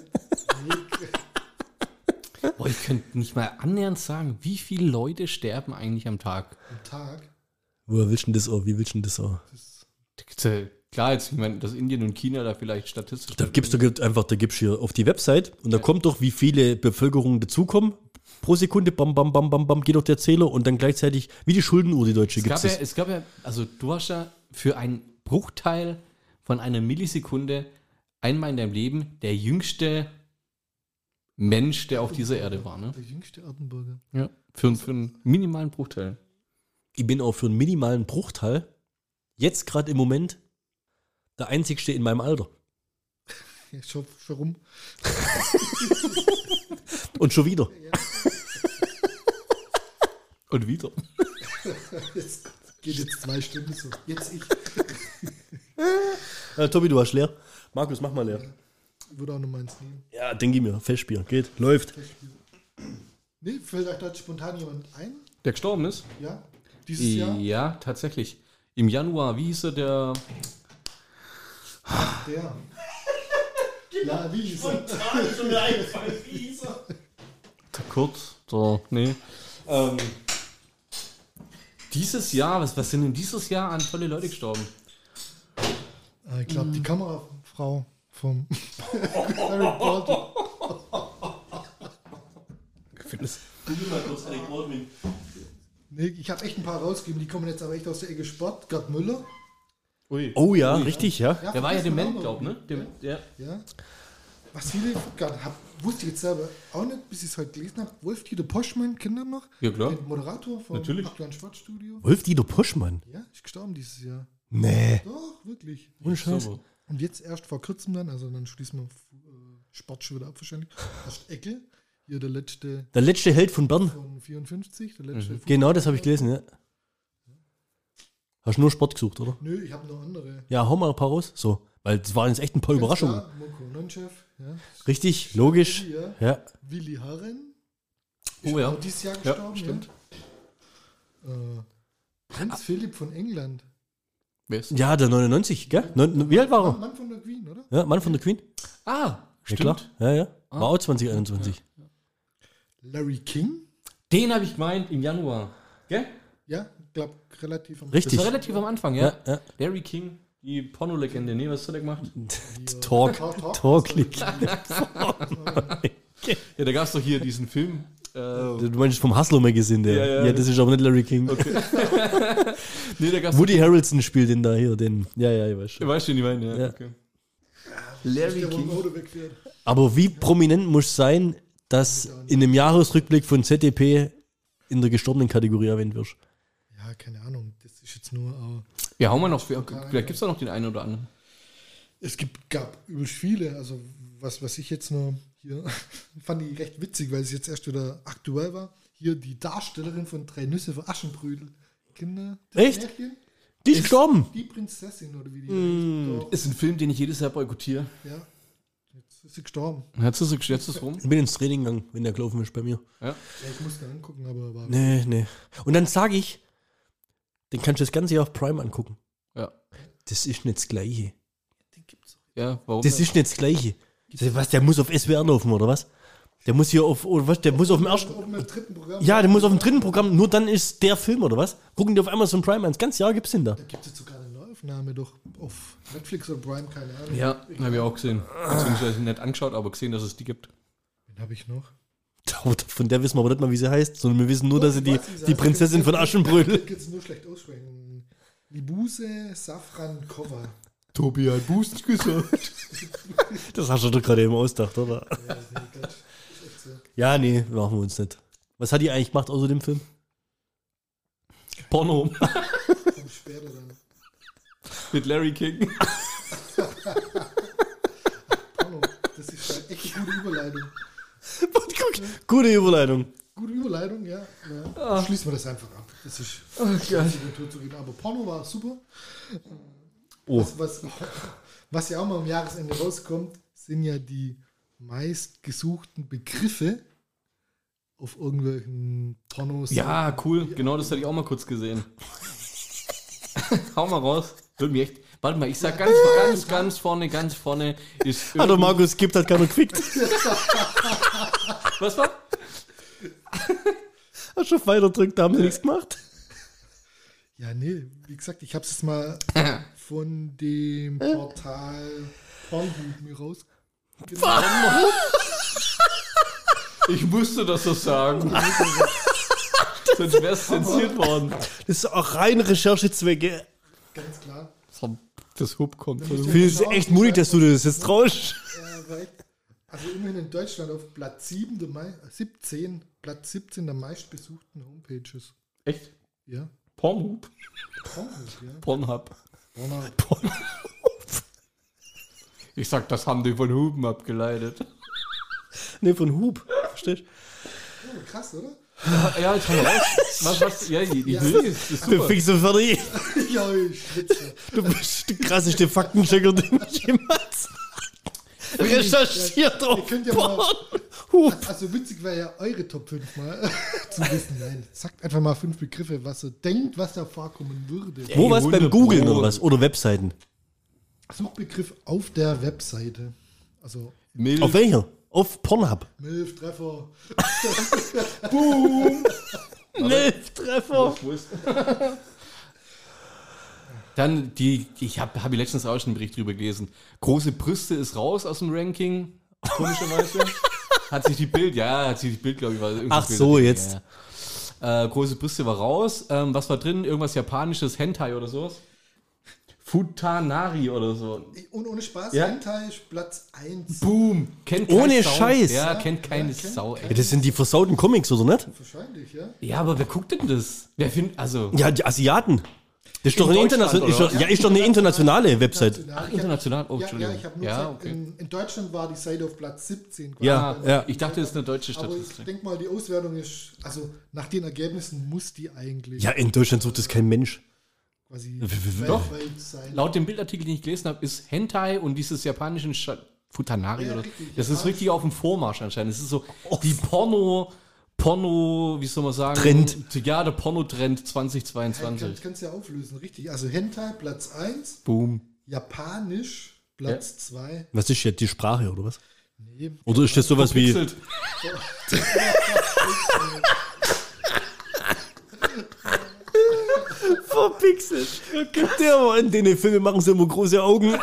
Boah, ich könnte nicht mal annähernd sagen, wie viele Leute sterben eigentlich am Tag. Am Tag. Woher willst du denn das auch? Wie willst du denn das auch? Klar, jetzt, ich meine, dass Indien und China da vielleicht statistisch. Da gibst du hier auf die Website und da kommt doch, wie viele Bevölkerung dazukommen. Pro Sekunde, bam, bam, bam, bam, bam, geht auf der Zähler und dann gleichzeitig, wie die Schuldenuhr, die deutsche, gibt es. Es gab ja, also du hast ja für einen Bruchteil von einer Millisekunde einmal in deinem Leben der jüngste Mensch, der auf dieser Erde war, ne? Der jüngste Erdenbürger. Ja. Für einen minimalen Bruchteil. Ich bin auch für einen minimalen Bruchteil jetzt gerade im Moment der Einzigste in meinem Alter. Ja, schon rum. Und schon wieder. Und wieder. Jetzt geht jetzt 2 Stunden so. Jetzt ich. Tobi, du hast leer. Markus, mach mal leer. Würde auch noch meins nehmen. Ja, denke ich mir. Festbier. Geht. Läuft. Nee, fällt euch da spontan jemand ein? Der gestorben ist? Ja? Dieses Jahr? Ja, tatsächlich. Im Januar, wie hieß er, der. Der. Ja, wie hieß er? Der Kurt, nee. Dieses Jahr, was sind denn dieses Jahr an tolle Leute gestorben? Ich glaube, die Kamerafrau vom Eric Baldwin. Nee, ich habe echt ein paar rausgegeben, die kommen jetzt aber echt aus der Ecke Sport. Gerd Müller. Ui. Oh ja, richtig, ja. Der war ja vergessen wir dement, auch glaub, noch. ne? Dement, ja. Ja. Was viele wusste ich jetzt selber auch nicht, bis ich es heute gelesen habe. Wolf-Dieter Poschmann, Kinder noch? Ja, klar. Der Moderator vom Natürlich. aktuellen Sportstudio. Wolf-Dieter Poschmann? Ja, ist gestorben dieses Jahr. Nee. Doch, wirklich. Ohne Scheiß. So. Und jetzt erst vor kurzem dann, also dann schließen wir Sport schon wieder ab wahrscheinlich. Erst Eckel, hier der letzte Der letzte Held von Bern. von 54, der letzte. Genau, das habe ich gelesen, ja. Hast du nur Sport gesucht, oder? Nö, ich habe noch andere. Ja, hau mal ein paar raus. So. Weil es waren jetzt echt ein paar Überraschungen. Klar, Moko Nonchef, ja. Richtig, logisch. Ja. Ja. Willi Harren. Oh ja. Auch dieses Jahr gestorben, stimmt. Ja. Prinz Philipp von England. Wer ist? Ja, der 99, gell? Wie alt war er? Mann von der Queen, oder? Ja, Mann von der Queen? Ah, Ja, stimmt. klar. Ja, ja. War auch 2021. Larry King. Den habe ich gemeint im Januar. Gell? Ja, glaube relativ am Richtig. Das war relativ am Anfang, ja. Ja. Larry King, die Pornolegende. Nee, was hat er gemacht? Talk-Click. Ja, da gab es doch hier diesen Film. Du meinst vom Hustler Magazine, der. Ja, das ist aber nicht Larry King. Nee, da gab's Woody Harrelson spielt den da hier, den. Ja, ich weiß schon. Weißt du, den ich meine? Ja. Ja. Okay. Larry Der, wo im King. Auto wegfährt. Aber wie prominent muss sein, dass in einem Jahresrückblick von ZDP in der gestorbenen Kategorie erwähnt wirst? Ja, keine Ahnung. Das ist jetzt nur. Ja, hauen wir noch. Vielleicht gibt es da noch den einen oder anderen. Gab übelst viele. Also, was ich jetzt noch hier fand ich recht witzig, weil es jetzt erst wieder aktuell war. Hier die Darstellerin von 3 Nüsse für Aschenbrödel. Kinder. das Echt? Märchen? Die ist gestorben. Die Prinzessin oder wie die heißt. Doch, Ist ein Film, den ich jedes Jahr boykottiere. ja. Jetzt ist sie gestorben. Jetzt ist es rum. Ich bin ins Training gegangen, wenn der gelaufen ist bei mir. Ja. Ja, ich muss da angucken, aber war. Nee. Und dann sage ich, den kannst du das ganze Jahr auf Prime angucken. Ja. Das ist nicht das Gleiche. Den gibt's doch. Ja, warum? Das ist nicht das Gleiche. Was, der muss auf SWR laufen, oder was? Der muss hier auf, oder was, der muss auf dem ersten, Auf dem dritten Programm. ja, der muss auf dem dritten Programm, nur dann ist der Film, oder was? Gucken die auf Amazon Prime an, das ganze Jahr gibt's den da. Da gibt es jetzt sogar eine Neuaufnahme doch auf Netflix oder Prime, keine Ahnung. Ja, habe ich auch gesehen. Beziehungsweise nicht angeschaut, aber gesehen, dass es die gibt. Den habe ich noch. Von der wissen wir aber nicht mal, wie sie heißt, sondern wir wissen nur, dass sie Ich weiß, wie sie die heißt. Prinzessin von Aschenbrödel. Ich kann es nur schlecht aussprechen. Libuse Safrankova. Tobi hat Boost gesagt. Das hast du doch gerade eben ausgedacht, oder? Ja, nee, Gott. Ist echt so. Ja, nee, machen wir uns nicht. Was hat die eigentlich gemacht außer dem Film? Porno Komm später dann. mit Larry King. Porno. Das ist eine echt gute Überleitung. Gute Überleitung. Gute Überleitung, ja. Schließen wir das einfach ab. Das ist Tour zu reden. Aber Porno war super. Oh. Was ja auch mal am Jahresende rauskommt, sind ja die meistgesuchten Begriffe auf irgendwelchen Pornos. Ja, cool. Genau, das hatte ich auch mal kurz gesehen. Hau mal raus. Würde mich echt. Warte mal, ich sag ganz vorne ist. Hat der Markus gibt, hat keiner gefickt. Was war? Hast schon weiter drückt, da haben sie nichts gemacht. Ja, nee, wie gesagt, ich habe es jetzt mal von dem Portal Pornhub mir rausgenommen. Ich musste das so sagen. Sonst wäre es zensiert worden. Das ist auch rein Recherchezwecke. Ganz klar. Das Hub kommt. Ich finde es echt mutig, dass du das jetzt traust. Also immerhin in Deutschland auf Platz 7 Platz 17 der meistbesuchten Homepages. Echt? Ja. Pornhub? Pornhub, ja. Pornhub. Pornhub. Ich sag, das haben die von Huben abgeleitet. Ne, von Hub. Verstehst Oh, krass, oder? Ja, jetzt haben wir raus. Was? Ja, die Ja. Hülle ist du? super. Fix und fertig. Ja, ich schwitze. Du bist der krasseste Faktenchecker, den ich jemals recherchiert Ihr auf könnt ja mal, Hub. also witzig wäre ja eure Top 5 mal zu wissen. Nein, sagt einfach mal 5 Begriffe, was ihr denkt, was da vorkommen würde. Wo was? 100 Beim Googlen Pro. oder was? Oder Webseiten? Suchbegriff auf der Webseite. Also Milch. Auf welcher? Auf Pornhub. Milf, Treffer. Treffer. Wo ist? Dann ich habe letztens auch schon einen Bericht drüber gelesen. Große Brüste ist raus aus dem Ranking. Komischerweise. Hat sich die Bild, glaube ich, war irgendwie. Ach so, jetzt. Ja. Große Brüste war raus. Was war drin? Irgendwas Japanisches, Hentai oder sowas? Futanari oder so. Und ohne Spaß, Ja. Hentai ist Platz 1. Boom. Kennt Ohne Sau. Scheiß. Ja, Ja, kennt keine kennt Sau. Ja, das sind die versauten Comics, oder nicht? Wahrscheinlich, ja. Ja, aber wer guckt denn das? Wer findet, also. Ja, die Asiaten. Das ist doch, In eine Deutschland, internationale, oder was? ist doch eine internationale Website. Ach, international? Oh, Ja, Entschuldigung. ich habe nur Ja, gesagt, okay. in Deutschland war die Seite auf Platz 17. Ja, ja. Ich dachte, das ist eine deutsche Aber ich Statistik. denke mal, die Auswertung ist, also nach den Ergebnissen muss die eigentlich Ja, in Deutschland sucht das kein Mensch. quasi Doch. weltweit sein. Laut dem Bildartikel, den ich gelesen habe, ist Hentai und dieses japanische Futanari Ja, oder richtig, das ist japanisch. richtig auf dem Vormarsch anscheinend. Das ist so die Porno, wie soll man sagen? Trend. Ja, der Pornotrend Ja, 2022. kannst du ja auflösen, richtig. Also Hentai Platz 1, Boom. Japanisch Platz 2. Was ist jetzt die Sprache, oder was? Nee, Oder ist das sowas wie. Verpixelt. Verpixelt. Der war in den Filmen machen sie immer große Augen.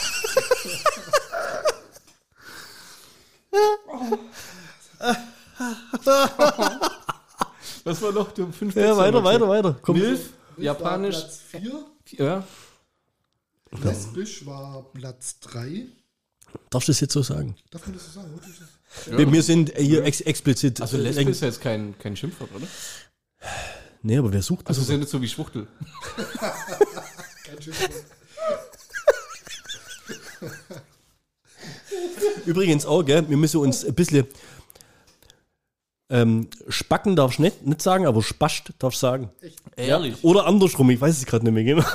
Was war noch? Du 5 Ja, weiter. Komm. Milf, Milf Japanisch. war Platz 4, Ja. Lesbisch war Platz 3, Darfst du das jetzt so sagen? Darf man das so sagen? Wirklich? Wir sind hier explizit. Also Lesbe ist ja jetzt kein Schimpfwort, oder? Nee, aber wer sucht das? Also sind nicht so wie Schwuchtel. Kein Schimpfwort. Übrigens auch, gell? Wir müssen uns ein bisschen Spacken darfst du nicht sagen, aber Spascht darfst du sagen. Ehrlich? Oder andersrum, ich weiß es gerade nicht mehr genau.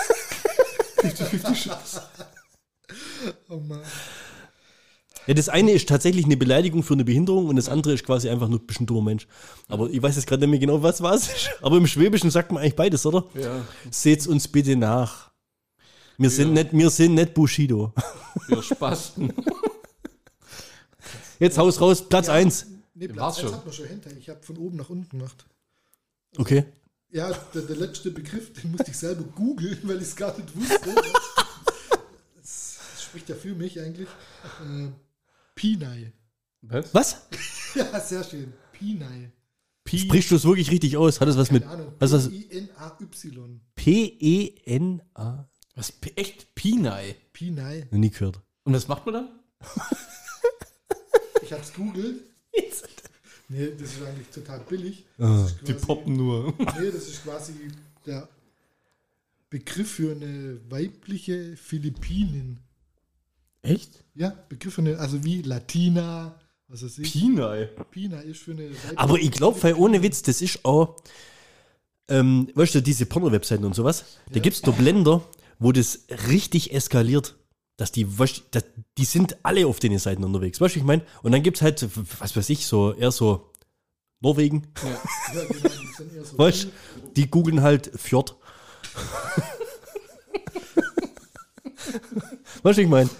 Oh Mann. Ja, das eine ist tatsächlich eine Beleidigung für eine Behinderung und das andere ist quasi einfach nur ein bisschen dummer Mensch. Aber ich weiß jetzt gerade nicht mehr genau, was ist. Aber im Schwäbischen sagt man eigentlich beides, oder? Ja. Seht's uns bitte nach. Wir sind nicht Bushido. Wir Spasten. Jetzt Haus raus, Platz 1. Nee, War's Platz 1 schon. hat man schon hinter. Ich habe von oben nach unten gemacht. Okay. Ja, der letzte Begriff, den musste ich selber googeln, weil ich es gar nicht wusste. Das spricht ja für mich eigentlich. Pinay. Was? Ja, sehr schön. Pinay. Sprichst du es wirklich richtig aus? Hat es was mit. Keine Ahnung. Was ist das? P-I-N-A-Y. P-E-N-A? Was? Echt? Pinay? Pinay. Noch nie gehört. Und was macht man dann? Ich habe es googelt. Nee, das ist eigentlich total billig. Ah. Das ist Die quasi- poppen nur. Nee, das ist quasi der Begriff für eine weibliche Philippinin. Echt? Ja, Begriff für eine, also wie Latina, was weiß ich. Pinay. Pina ist für eine weibliche Aber ich glaube, weil ohne Witz, das ist auch. Weißt du, diese Porno-Webseiten und sowas, da gibt es doch Blender, wo das richtig eskaliert. Dass die, weißt, die sind alle auf den Seiten unterwegs. Weißt du, ich meine? Und dann gibt es halt, was weiß ich, so eher so Norwegen. Ja, genau, die sind eher so Weißt du, die googeln halt Fjord. Weißt du, ich meine?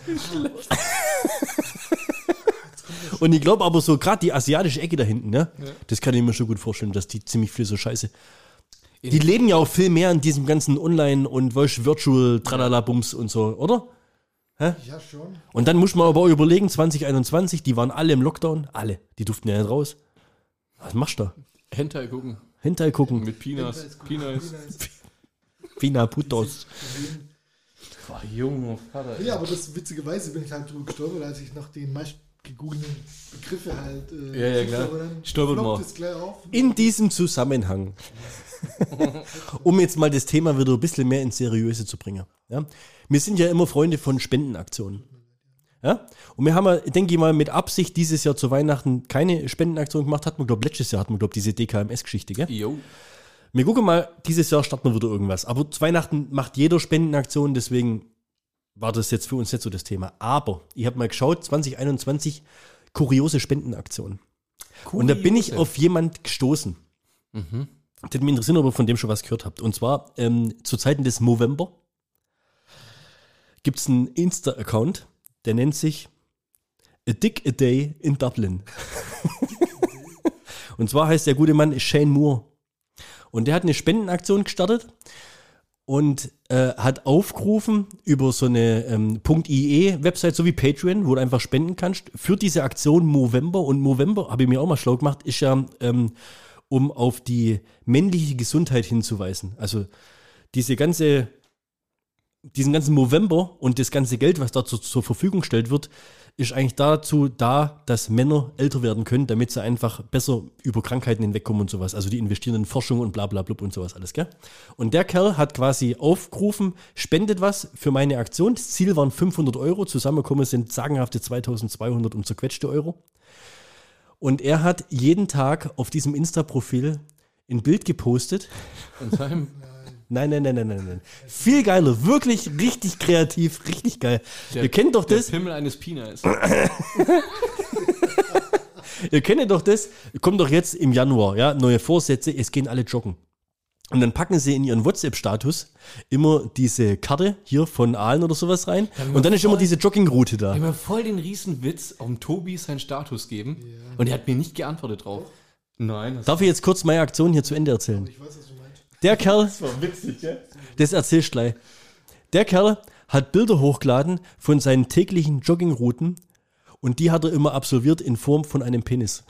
Und ich glaube aber so, gerade die asiatische Ecke da hinten, ne? Das kann ich mir schon gut vorstellen, dass die ziemlich viel so Scheiße. Die leben ja auch viel mehr in diesem ganzen Online- und Virtual Tralala-Bums und so, oder? Ja, schon. Und dann muss man aber auch überlegen, 2021, die waren alle im Lockdown, alle, die durften ja nicht raus. Was machst du da? Hentai gucken. Hentai gucken, Mit Pinas. Pinas. Pina Putos. Boah, Junge Vater. Ja, aber das witzigerweise bin ich halt drüber gestolpert, als ich nach den meist gegoogelten Begriffe halt. Ja, klar. aber dann Stolpert ploppt man. es gleich auf. In diesem Zusammenhang, um jetzt mal das Thema wieder ein bisschen mehr ins Seriöse zu bringen. Ja? Wir sind ja immer Freunde von Spendenaktionen. Ja? Und wir haben, denke ich mal, mit Absicht dieses Jahr zu Weihnachten keine Spendenaktion gemacht. Hatten wir, glaube ich, letztes Jahr hatten wir, glaube ich, diese DKMS-Geschichte. Gell? Jo. Wir gucken mal, dieses Jahr starten wir wieder irgendwas. Aber zu Weihnachten macht jeder Spendenaktion, deswegen war das jetzt für uns nicht so das Thema. Aber ich habe mal geschaut, 2021, kuriose Spendenaktion. Und da bin ich auf jemand gestoßen. Das würde mich interessieren, ob ihr von dem schon was gehört habt. Und zwar zu Zeiten des Movember gibt es einen Insta-Account, der nennt sich A Dick a Day in Dublin. Und zwar heißt der gute Mann Shane Moore. Und der hat eine Spendenaktion gestartet und hat aufgerufen über so eine .ie-Website, so wie Patreon, wo du einfach spenden kannst, für diese Aktion Movember. Und Movember, habe ich mir auch mal schlau gemacht, ist ja, um auf die männliche Gesundheit hinzuweisen. Also diesen ganzen Movember und das ganze Geld, was dazu zur Verfügung gestellt wird, ist eigentlich dazu da, dass Männer älter werden können, damit sie einfach besser über Krankheiten hinwegkommen und sowas. Also die investieren in Forschung und bla bla blub und sowas alles, gell? Und der Kerl hat quasi aufgerufen, spendet was für meine Aktion. Das Ziel waren 500 Euro, zusammengekommen sind sagenhafte 2200 und zerquetschte Euro. Und er hat jeden Tag auf diesem Insta-Profil ein Bild gepostet. In seinem Nein. Viel geiler, wirklich richtig kreativ, richtig geil. Ihr kennt doch der das, Pimmel eines Pinas. ihr kennt doch das, kommt doch jetzt im Januar, ja, neue Vorsätze, es gehen alle joggen. Und dann packen sie in ihren WhatsApp-Status immer diese Karte hier von Aalen oder sowas rein. Und dann ist immer diese Joggingroute da. Ich habe mir voll den Riesenwitz um Tobi seinen Status geben und er hat mir nicht geantwortet drauf. Nein, das Darf ich jetzt kurz meine Aktion hier zu Ende erzählen? Ich weiß, was du meinst. Der Kerl, war witzig, ja? das erzählst du gleich. Der Kerl hat Bilder hochgeladen von seinen täglichen Joggingrouten und die hat er immer absolviert in Form von einem Penis.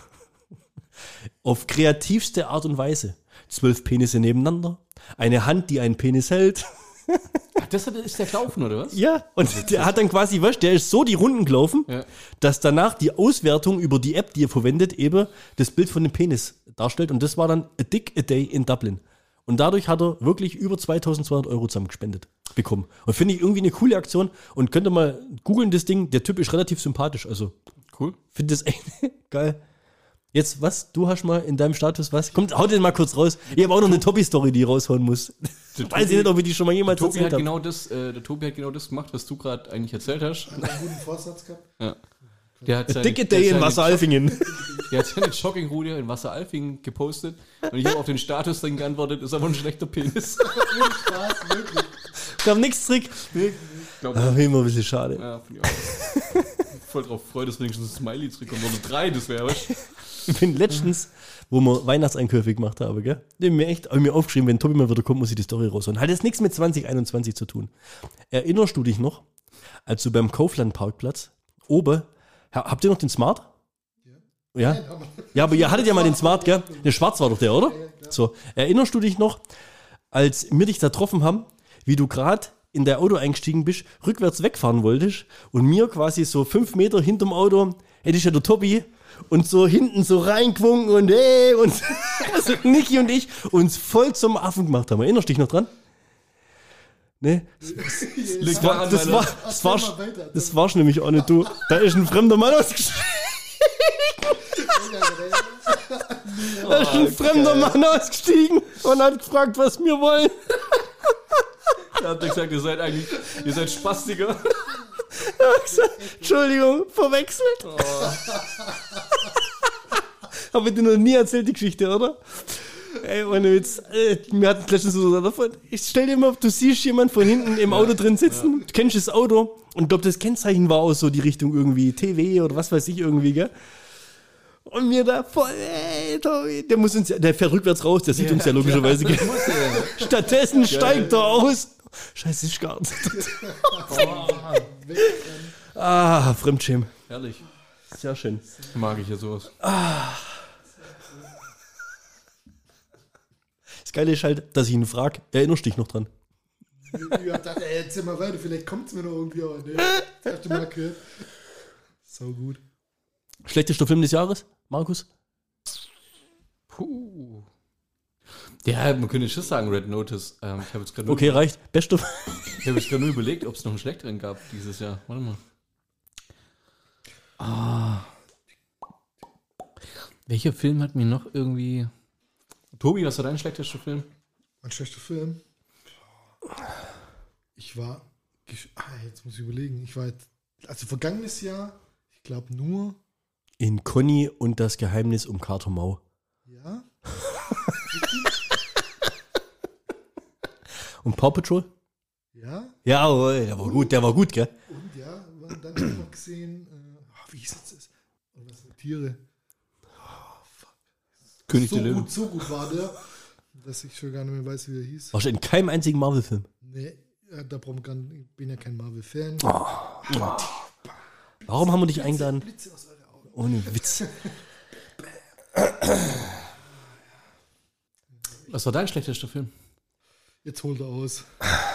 Auf kreativste Art und Weise. 12 Penisse nebeneinander, eine Hand, die einen Penis hält. Ach, ist der gelaufen, oder was? Ja, und der hat dann quasi, weißt, der ist so die Runden gelaufen, Ja. dass danach die Auswertung über die App, die er verwendet, eben das Bild von dem Penis darstellt. Und das war dann A Dick a Day in Dublin. Und dadurch hat er wirklich über 2.200 € zusammengespendet bekommen. Und finde ich irgendwie eine coole Aktion. Und könnt ihr mal googeln, das Ding. Der Typ ist relativ sympathisch. Also, Cool. finde das echt geil. Jetzt, was? Du hast mal in deinem Status was? Kommt, hau den mal kurz raus. Ich habe auch noch eine Tobi-Story, die ich raushauen muss. Weiß ich nicht, ob ich die schon mal jemals Der Tobi erzählt habe. der Tobi hat genau das gemacht, was du gerade eigentlich erzählt hast. Hat einen guten Vorsatz gehabt. Ja. Der hat Dicke Day in Wasseralfingen. Der hat seine Joggingrudel in Wasseralfingen gepostet und ich habe auf den Status dann geantwortet, ist aber ein schlechter Penis. Ohne Spaß, wirklich. Kam nix zurück. Glaub, Ah, immer ein bisschen schade. ja, finde ich auch. Voll drauf freut, dass wenigstens ein Smiley zurückkommt. Oder 3, das wäre was. Ich bin letztens, wo wir Weihnachtseinkäufe gemacht haben, gell? Die haben mir aufgeschrieben, wenn Tobi mal wieder kommt, muss ich die Story raushauen. Hat jetzt nichts mit 2021 zu tun. Erinnerst du dich noch, als du beim Kaufland-Parkplatz oben, habt ihr noch den Smart? Ja. Ja, aber ihr hattet ja mal den Smart, gell? Der Schwarz war doch der, oder? So. Erinnerst du dich noch, als wir dich da getroffen haben, wie du gerade in der Auto eingestiegen bist, rückwärts wegfahren wolltest und mir quasi so 5 Meter hinterm Auto, hätte ja der Tobi und so hinten so reingewunken und also Niki und ich uns voll zum Affen gemacht haben. Erinnerst du dich noch dran? Ne? Das war's nämlich auch nicht du. Da ist ein fremder Mann ausgestiegen. Da ist ein fremder Mann ausgestiegen und hat gefragt, was wir wollen. Er hat gesagt, ihr seid Spastiker. Er hat gesagt, Entschuldigung, verwechselt. Hab ich dir noch nie erzählt, die Geschichte, oder? Ey, ohne Witz. Wir hatten letztens so davon. Ich stell dir mal, du siehst jemand von hinten im Auto drin sitzen, du kennst das Auto und glaub, das Kennzeichen war auch so die Richtung irgendwie TV oder was weiß ich irgendwie, gell? Und mir da voll, ey, Tobi, der fährt rückwärts raus, der sieht uns ja logischerweise, gell? Stattdessen steigt er aus. Scheiße, ist gar nicht. Fremdschämen. Herrlich. Sehr schön. Mag ich ja sowas. Das Geile ist halt, dass ich ihn frage, erinnerst du dich noch dran? Ja, erzähl mal weiter, vielleicht kommt es mir noch irgendwie auch. Ne? Das hast du mal gehört. So gut. Schlechtester Film des Jahres, Markus? Puh. Ja, man könnte schon sagen Red Notice. Ich habe jetzt gerade Okay, reicht. Bester. Ich habe jetzt gerade nur überlegt, ob es noch einen schlechteren gab dieses Jahr. Warte mal. Welcher Film hat mir noch irgendwie... Tobi, was war dein schlechtester Film? Ein schlechter Film. Ich war... jetzt muss ich überlegen. Ich war jetzt... Also vergangenes Jahr, ich glaube nur... In Conny und das Geheimnis um Kater Mau. Ja? Und Paw Patrol? Ja? Ja, der war gut, gell? Und ja, dann habe ich noch gesehen... wie hieß das? Was mit Tiere? König der Löwen. So gut war der, dass ich schon gar nicht mehr weiß, wie er hieß. Warst du in keinem einzigen Marvel-Film? Nee, da brauchen wir gar nicht, ich bin ja kein Marvel-Fan. Warum haben wir dich eingeladen? Blitze aus euren Augen. Ohne Witz. Was war dein schlechtester Film? Jetzt holt er aus.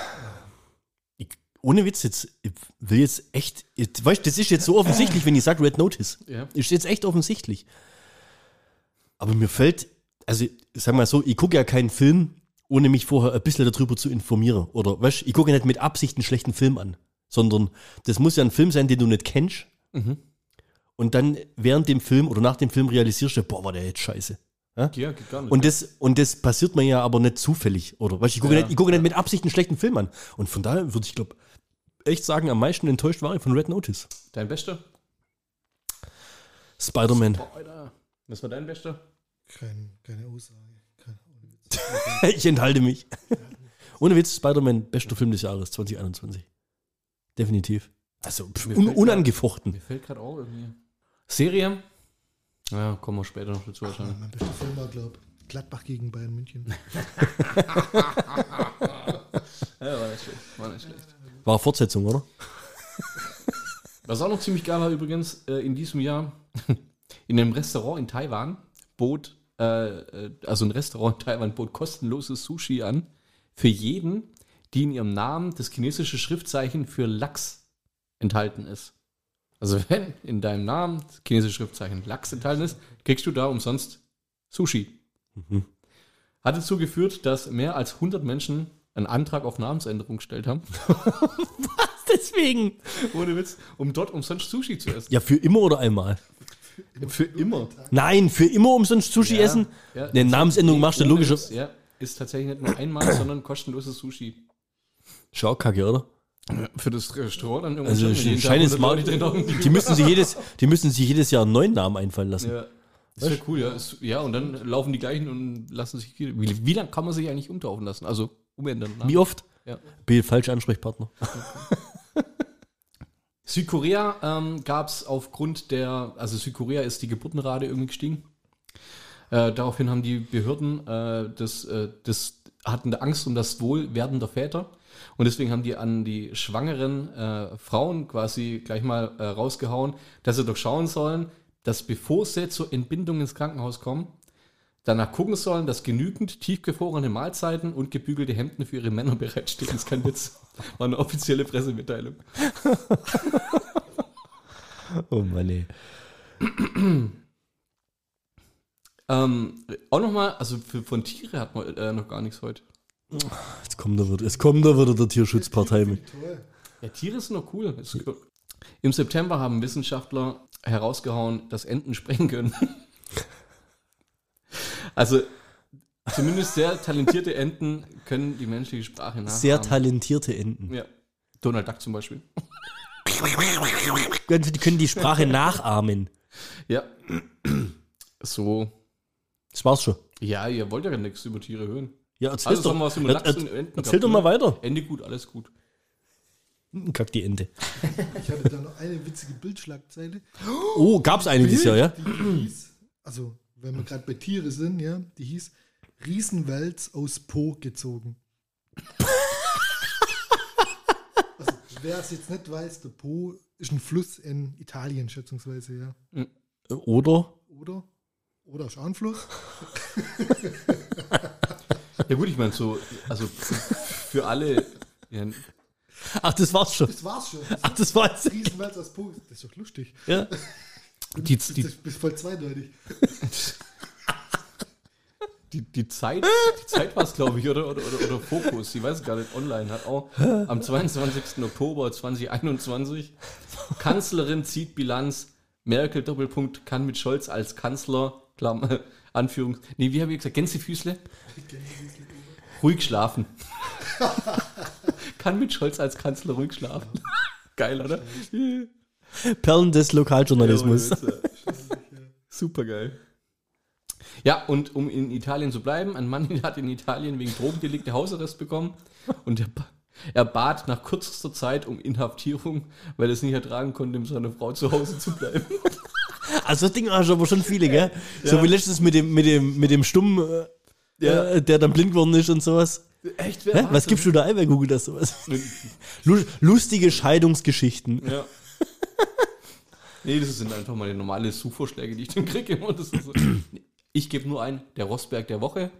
Ohne Witz, ich will jetzt echt... Weißt du, das ist jetzt so offensichtlich, wenn ich sage Red Notice. Ja. Ist jetzt echt offensichtlich. Aber mir fällt... Also, sag mal so, ich gucke ja keinen Film, ohne mich vorher ein bisschen darüber zu informieren. Oder, weißt du, ich gucke ja nicht mit Absicht einen schlechten Film an. Sondern das muss ja ein Film sein, den du nicht kennst. Mhm. Und dann während dem Film oder nach dem Film realisierst du, boah, war der jetzt scheiße. Ja, geht gar nicht. Und das passiert mir ja aber nicht zufällig. Oder, weißt du, ich gucke nicht mit Absicht einen schlechten Film an. Und von daher würde ich, glaube echt sagen, am meisten enttäuscht war ich von Red Notice. Dein Bester? Spider-Man. Boah, Alter. Was war dein Bester? Keine Aussage. Ohne Witz. Ich enthalte mich. Ohne Witz, Spider-Man, bester Film des Jahres 2021. Definitiv. Also unangefochten. Mir fällt gerade auch irgendwie. Serie? Ja, kommen wir später noch dazu wahrscheinlich. Mein bester Film war, glaube ich, Gladbach gegen Bayern München. Ja, war nicht schlecht. War Fortsetzung, oder? Was auch noch ziemlich geil war übrigens, in diesem Jahr, in einem Restaurant in Taiwan bot kostenloses Sushi an für jeden, die in ihrem Namen das chinesische Schriftzeichen für Lachs enthalten ist. Also wenn in deinem Namen das chinesische Schriftzeichen Lachs enthalten ist, kriegst du da umsonst Sushi. Hat dazu geführt, dass mehr als 100 Menschen einen Antrag auf Namensänderung gestellt haben. Deswegen. Ohne Witz, um dort umsonst Sushi zu essen. Ja, für immer oder einmal? Für immer. Nein, für immer umsonst Sushi essen? Eine Namensänderung machst du logisch. Ja, ist tatsächlich nicht nur einmal, sondern kostenloses Sushi. Schau, kacke, oder? Für das Restaurant dann irgendwann Also schon, wenn jeden Tag scheint 100 mal, Leute drin hocken. die müssen sich jedes Jahr einen neuen Namen einfallen lassen. Ja, das wäre cool, ja. Ja, und dann laufen die gleichen und lassen sich. Wie lange kann man sich eigentlich umtaufen lassen? Also umändern. Wie oft? Ja. Bin falscher Ansprechpartner. Südkorea gab es aufgrund also Südkorea ist die Geburtenrate irgendwie gestiegen. Daraufhin haben die Behörden hatten Angst um das Wohlwerden der Väter. Und deswegen haben die an die schwangeren Frauen quasi gleich mal rausgehauen, dass sie doch schauen sollen, dass bevor sie zur Entbindung ins Krankenhaus kommen, danach gucken sollen, dass genügend tiefgefrorene Mahlzeiten und gebügelte Hemden für ihre Männer bereitstehen. Das ist kein Witz. War eine offizielle Pressemitteilung. Oh Mann, ey. Auch nochmal, also von Tiere hat man noch gar nichts heute. Es kommt da wieder der Tierschutzpartei mit. Ja, Tiere sind noch cool. Im September haben Wissenschaftler herausgehauen, dass Enten sprechen können. Also zumindest sehr talentierte Enten können die menschliche Sprache nachahmen. Sehr talentierte Enten. Ja, Donald Duck zum Beispiel. Die können die Sprache nachahmen. Ja, so. Das war's schon. Ja, ihr wollt ja nichts über Tiere hören. Ja, erzähl Also doch. sagen wir was über Lachs und Enten. Erzähl doch mal weiter. Ende gut, alles gut. Kack die Ente. Ich hatte da noch eine witzige Bildschlagzeile. Oh, gab's eine dieses Jahr, ja? Die hieß, also wenn wir gerade bei Tiere sind, ja, die hieß Riesenwels aus Po gezogen. Also, wer es jetzt nicht weiß, der Po ist ein Fluss in Italien, schätzungsweise, ja. Oder? Oder ist auch ein Fluss. Ja gut, ich meine so, also für alle. Ja, Ach, das war's schon. Das war's schon. Ach, das war's. Riesenwels aus Po, das ist doch lustig. Ja. die Das ist voll zweideutig. Die Zeit war es, glaube ich, oder Fokus, ich weiß gar nicht, online hat auch am 22. Oktober 2021 Kanzlerin zieht Bilanz, Merkel Doppelpunkt kann mit Scholz als Kanzler, Klammer, Anführungs... Nee, wie habe ich gesagt, Gänsefüßle? Ruhig schlafen. Kann mit Scholz als Kanzler ruhig schlafen. Geil, oder? Perlen des Lokaljournalismus. Super geil. Ja, und um in Italien zu bleiben, ein Mann hat in Italien wegen Drogendelikte Hausarrest bekommen und er bat nach kürzester Zeit um Inhaftierung, weil er es nicht ertragen konnte, mit seiner Frau zu Hause zu bleiben. Also das Ding hast du aber schon viele, gell? Ja. So wie letztens mit dem Stumm, der dann blind geworden ist und sowas. Echt? Was gibst du da ein bei Google das sowas? Lustige Scheidungsgeschichten. Ja. Nee, das sind einfach mal die normale Suchvorschläge, die ich dann kriege. Und das ist so. Ich gebe nur ein, der Rosberg der Woche.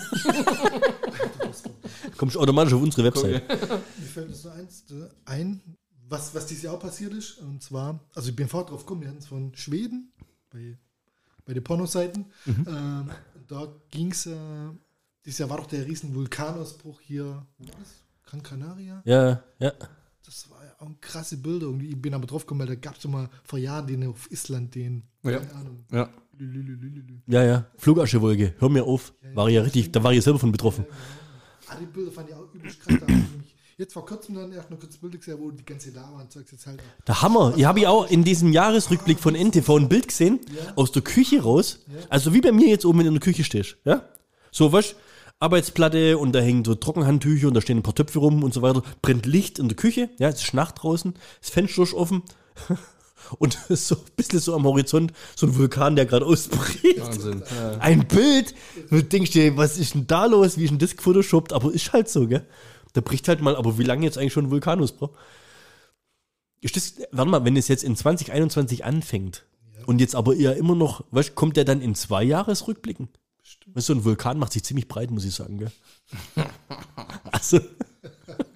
Kommst du automatisch auf unsere Website. Mir fällt das so eins ein, was dieses Jahr auch passiert ist. Und zwar, also ich bin vorher drauf gekommen, wir hatten es von Schweden, bei den Pornoseiten. Da ging es, dieses Jahr war doch der riesen Vulkanausbruch hier, wo war das? Gran Canaria? Ja. Das war ja auch krasse Bilder. Und ich bin aber drauf gekommen, weil da gab es schon mal vor Jahren den auf Island, keine Ahnung. Ja. Ja. Flugaschewolke. Hör mir auf. War ja richtig, da war ich selber von betroffen. Die Bilder fand ich auch übelst krass. Da hab ich nämlich jetzt vor kurzem dann erst noch kurz Bilder gesehen, wo die ganze Lava und Zeugs jetzt halt. Der Hammer. Ich habe ja auch in diesem Jahresrückblick von NTV ein Bild gesehen, aus der Küche raus. Also wie bei mir jetzt oben in der Küche stehst. Ja? So, was? Arbeitsplatte und da hängen so Trockenhandtücher und da stehen ein paar Töpfe rum und so weiter. Brennt Licht in der Küche. Ja, es ist Nacht draußen. Das Fenster ist offen. Und so ein bisschen so am Horizont so ein Vulkan, der gerade ausbricht. Wahnsinn. Ja. Ein Bild. Du denkst dir, was ist denn da los? Wie ist denn das gefotoshoppt? Aber ist halt so, gell? Da bricht halt mal, aber wie lange jetzt eigentlich schon ein Vulkan ausbricht? Warte mal, wenn es jetzt in 2021 anfängt und jetzt aber eher immer noch, weißt, kommt der dann in 2 Jahresrückblicken? Weißt du, so ein Vulkan macht sich ziemlich breit, muss ich sagen, gell? Also.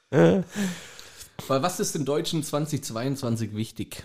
Weil was ist den Deutschen 2022 wichtig?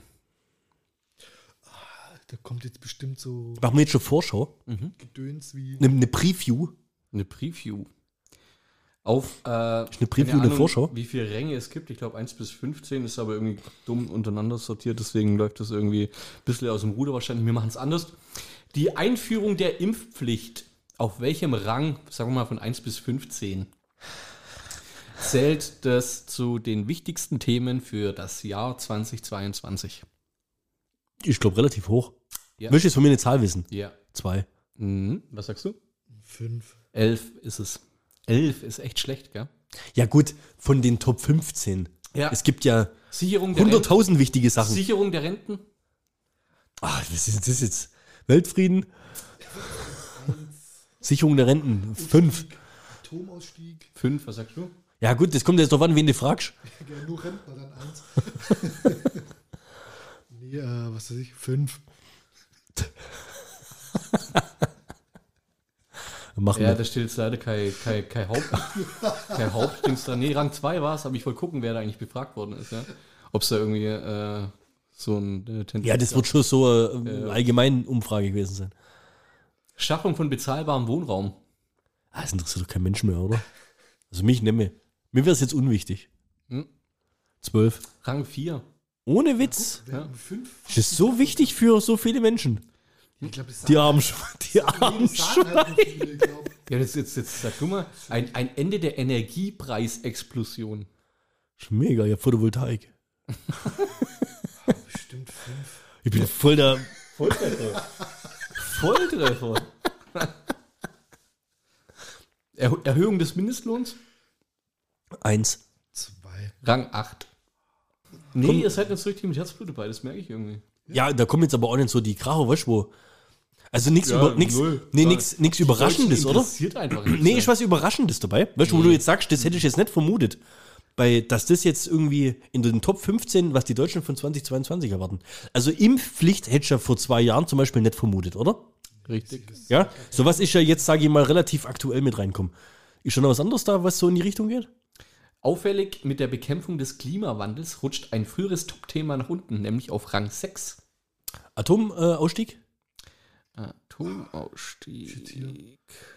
Da kommt jetzt bestimmt so Machen wir jetzt schon Vorschau? Gedöns wie. Eine Preview? Eine Preview. Auf Eine Preview, keine eine Ahnung, Vorschau? wie viele Ränge es gibt. Ich glaube 1 bis 15 ist aber irgendwie dumm untereinander sortiert, deswegen läuft das irgendwie ein bisschen aus dem Ruder wahrscheinlich. Wir machen es anders. Die Einführung der Impfpflicht. Auf welchem Rang, sagen wir mal von 1 bis 15, zählt das zu den wichtigsten Themen für das Jahr 2022? Ich glaube relativ hoch. Ja. Möchtest du jetzt von mir eine Zahl wissen? Ja. 2. Was sagst du? 5. 11 ist es. 11 ist echt schlecht, gell? Ja gut, von den Top 15. Ja. Es gibt ja Sicherung der Renten. 100.000 wichtige Sachen. Sicherung der Renten? Was ist das jetzt? Weltfrieden? Sicherung der Renten? 5. Atomausstieg. 5, was sagst du? Ja gut, das kommt jetzt drauf an, wen du fragst. Ja, nur Rentner, dann 1. Nee, was weiß ich, 5. Machen Ja, wir. da steht jetzt leider kein Hauptdings da. Nee, Rang 2 war es, aber ich wollte gucken, wer da eigentlich befragt worden ist. Ja? Ob es da irgendwie so ein Tendenz Ja, das wird schon so eine allgemeine Umfrage gewesen sein. Schaffung von bezahlbarem Wohnraum. Das interessiert doch kein Mensch mehr, oder? Also mich nicht mehr. Mir wäre es jetzt unwichtig. 12. Rang 4. Ohne Witz. Wir haben 5. Das ist so wichtig für so viele Menschen. Ich glaube, das Die armen Schweine. sagen halt nur viele, glaub. Ja, jetzt sag du mal, ein Ende der Energiepreisexplosion. Ist mega, ja, Photovoltaik. Bestimmt 5. Ich bin voll der. Volltreffer. Erhöhung des Mindestlohns? 1. 2. Rang 8. Nee, Komm. ihr seid nicht so richtig mit Herzblut dabei, das merke ich irgendwie. Ja, da kommen jetzt aber auch nicht so die Kracher, weißt du, wo. Also nichts null. nix Überraschendes, oder? Interessiert einfach nicht. Nee, ist was Überraschendes dabei. Weißt du, wo du jetzt sagst, das hätte ich jetzt nicht vermutet. Dass das jetzt irgendwie in den Top 15, was die Deutschen von 2022 erwarten. Also Impfpflicht hätte ich ja vor 2 Jahren zum Beispiel nicht vermutet, oder? Richtig. Ja? Sowas ist ja jetzt, sage ich mal, relativ aktuell mit reinkommen. Ist schon noch was anderes da, was so in die Richtung geht? Auffällig, mit der Bekämpfung des Klimawandels rutscht ein früheres Top-Thema nach unten, nämlich auf Rang 6. Atomausstieg? Atomausstieg.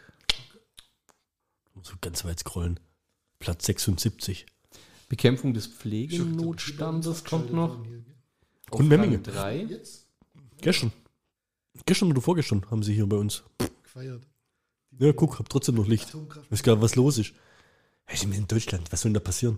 So ganz weit scrollen. Platz 76. Bekämpfung des Pflegenotstandes kommt noch. Auf Und Memmingen. Rang 3. Jetzt Gestern. Gestern oder vorgestern haben sie hier bei uns. gefeiert. Ja, guck, hab trotzdem noch Licht. Atomkraft. Ich weiß gar nicht, was los ist. Hey, sind wir in Deutschland? Was soll denn da passieren?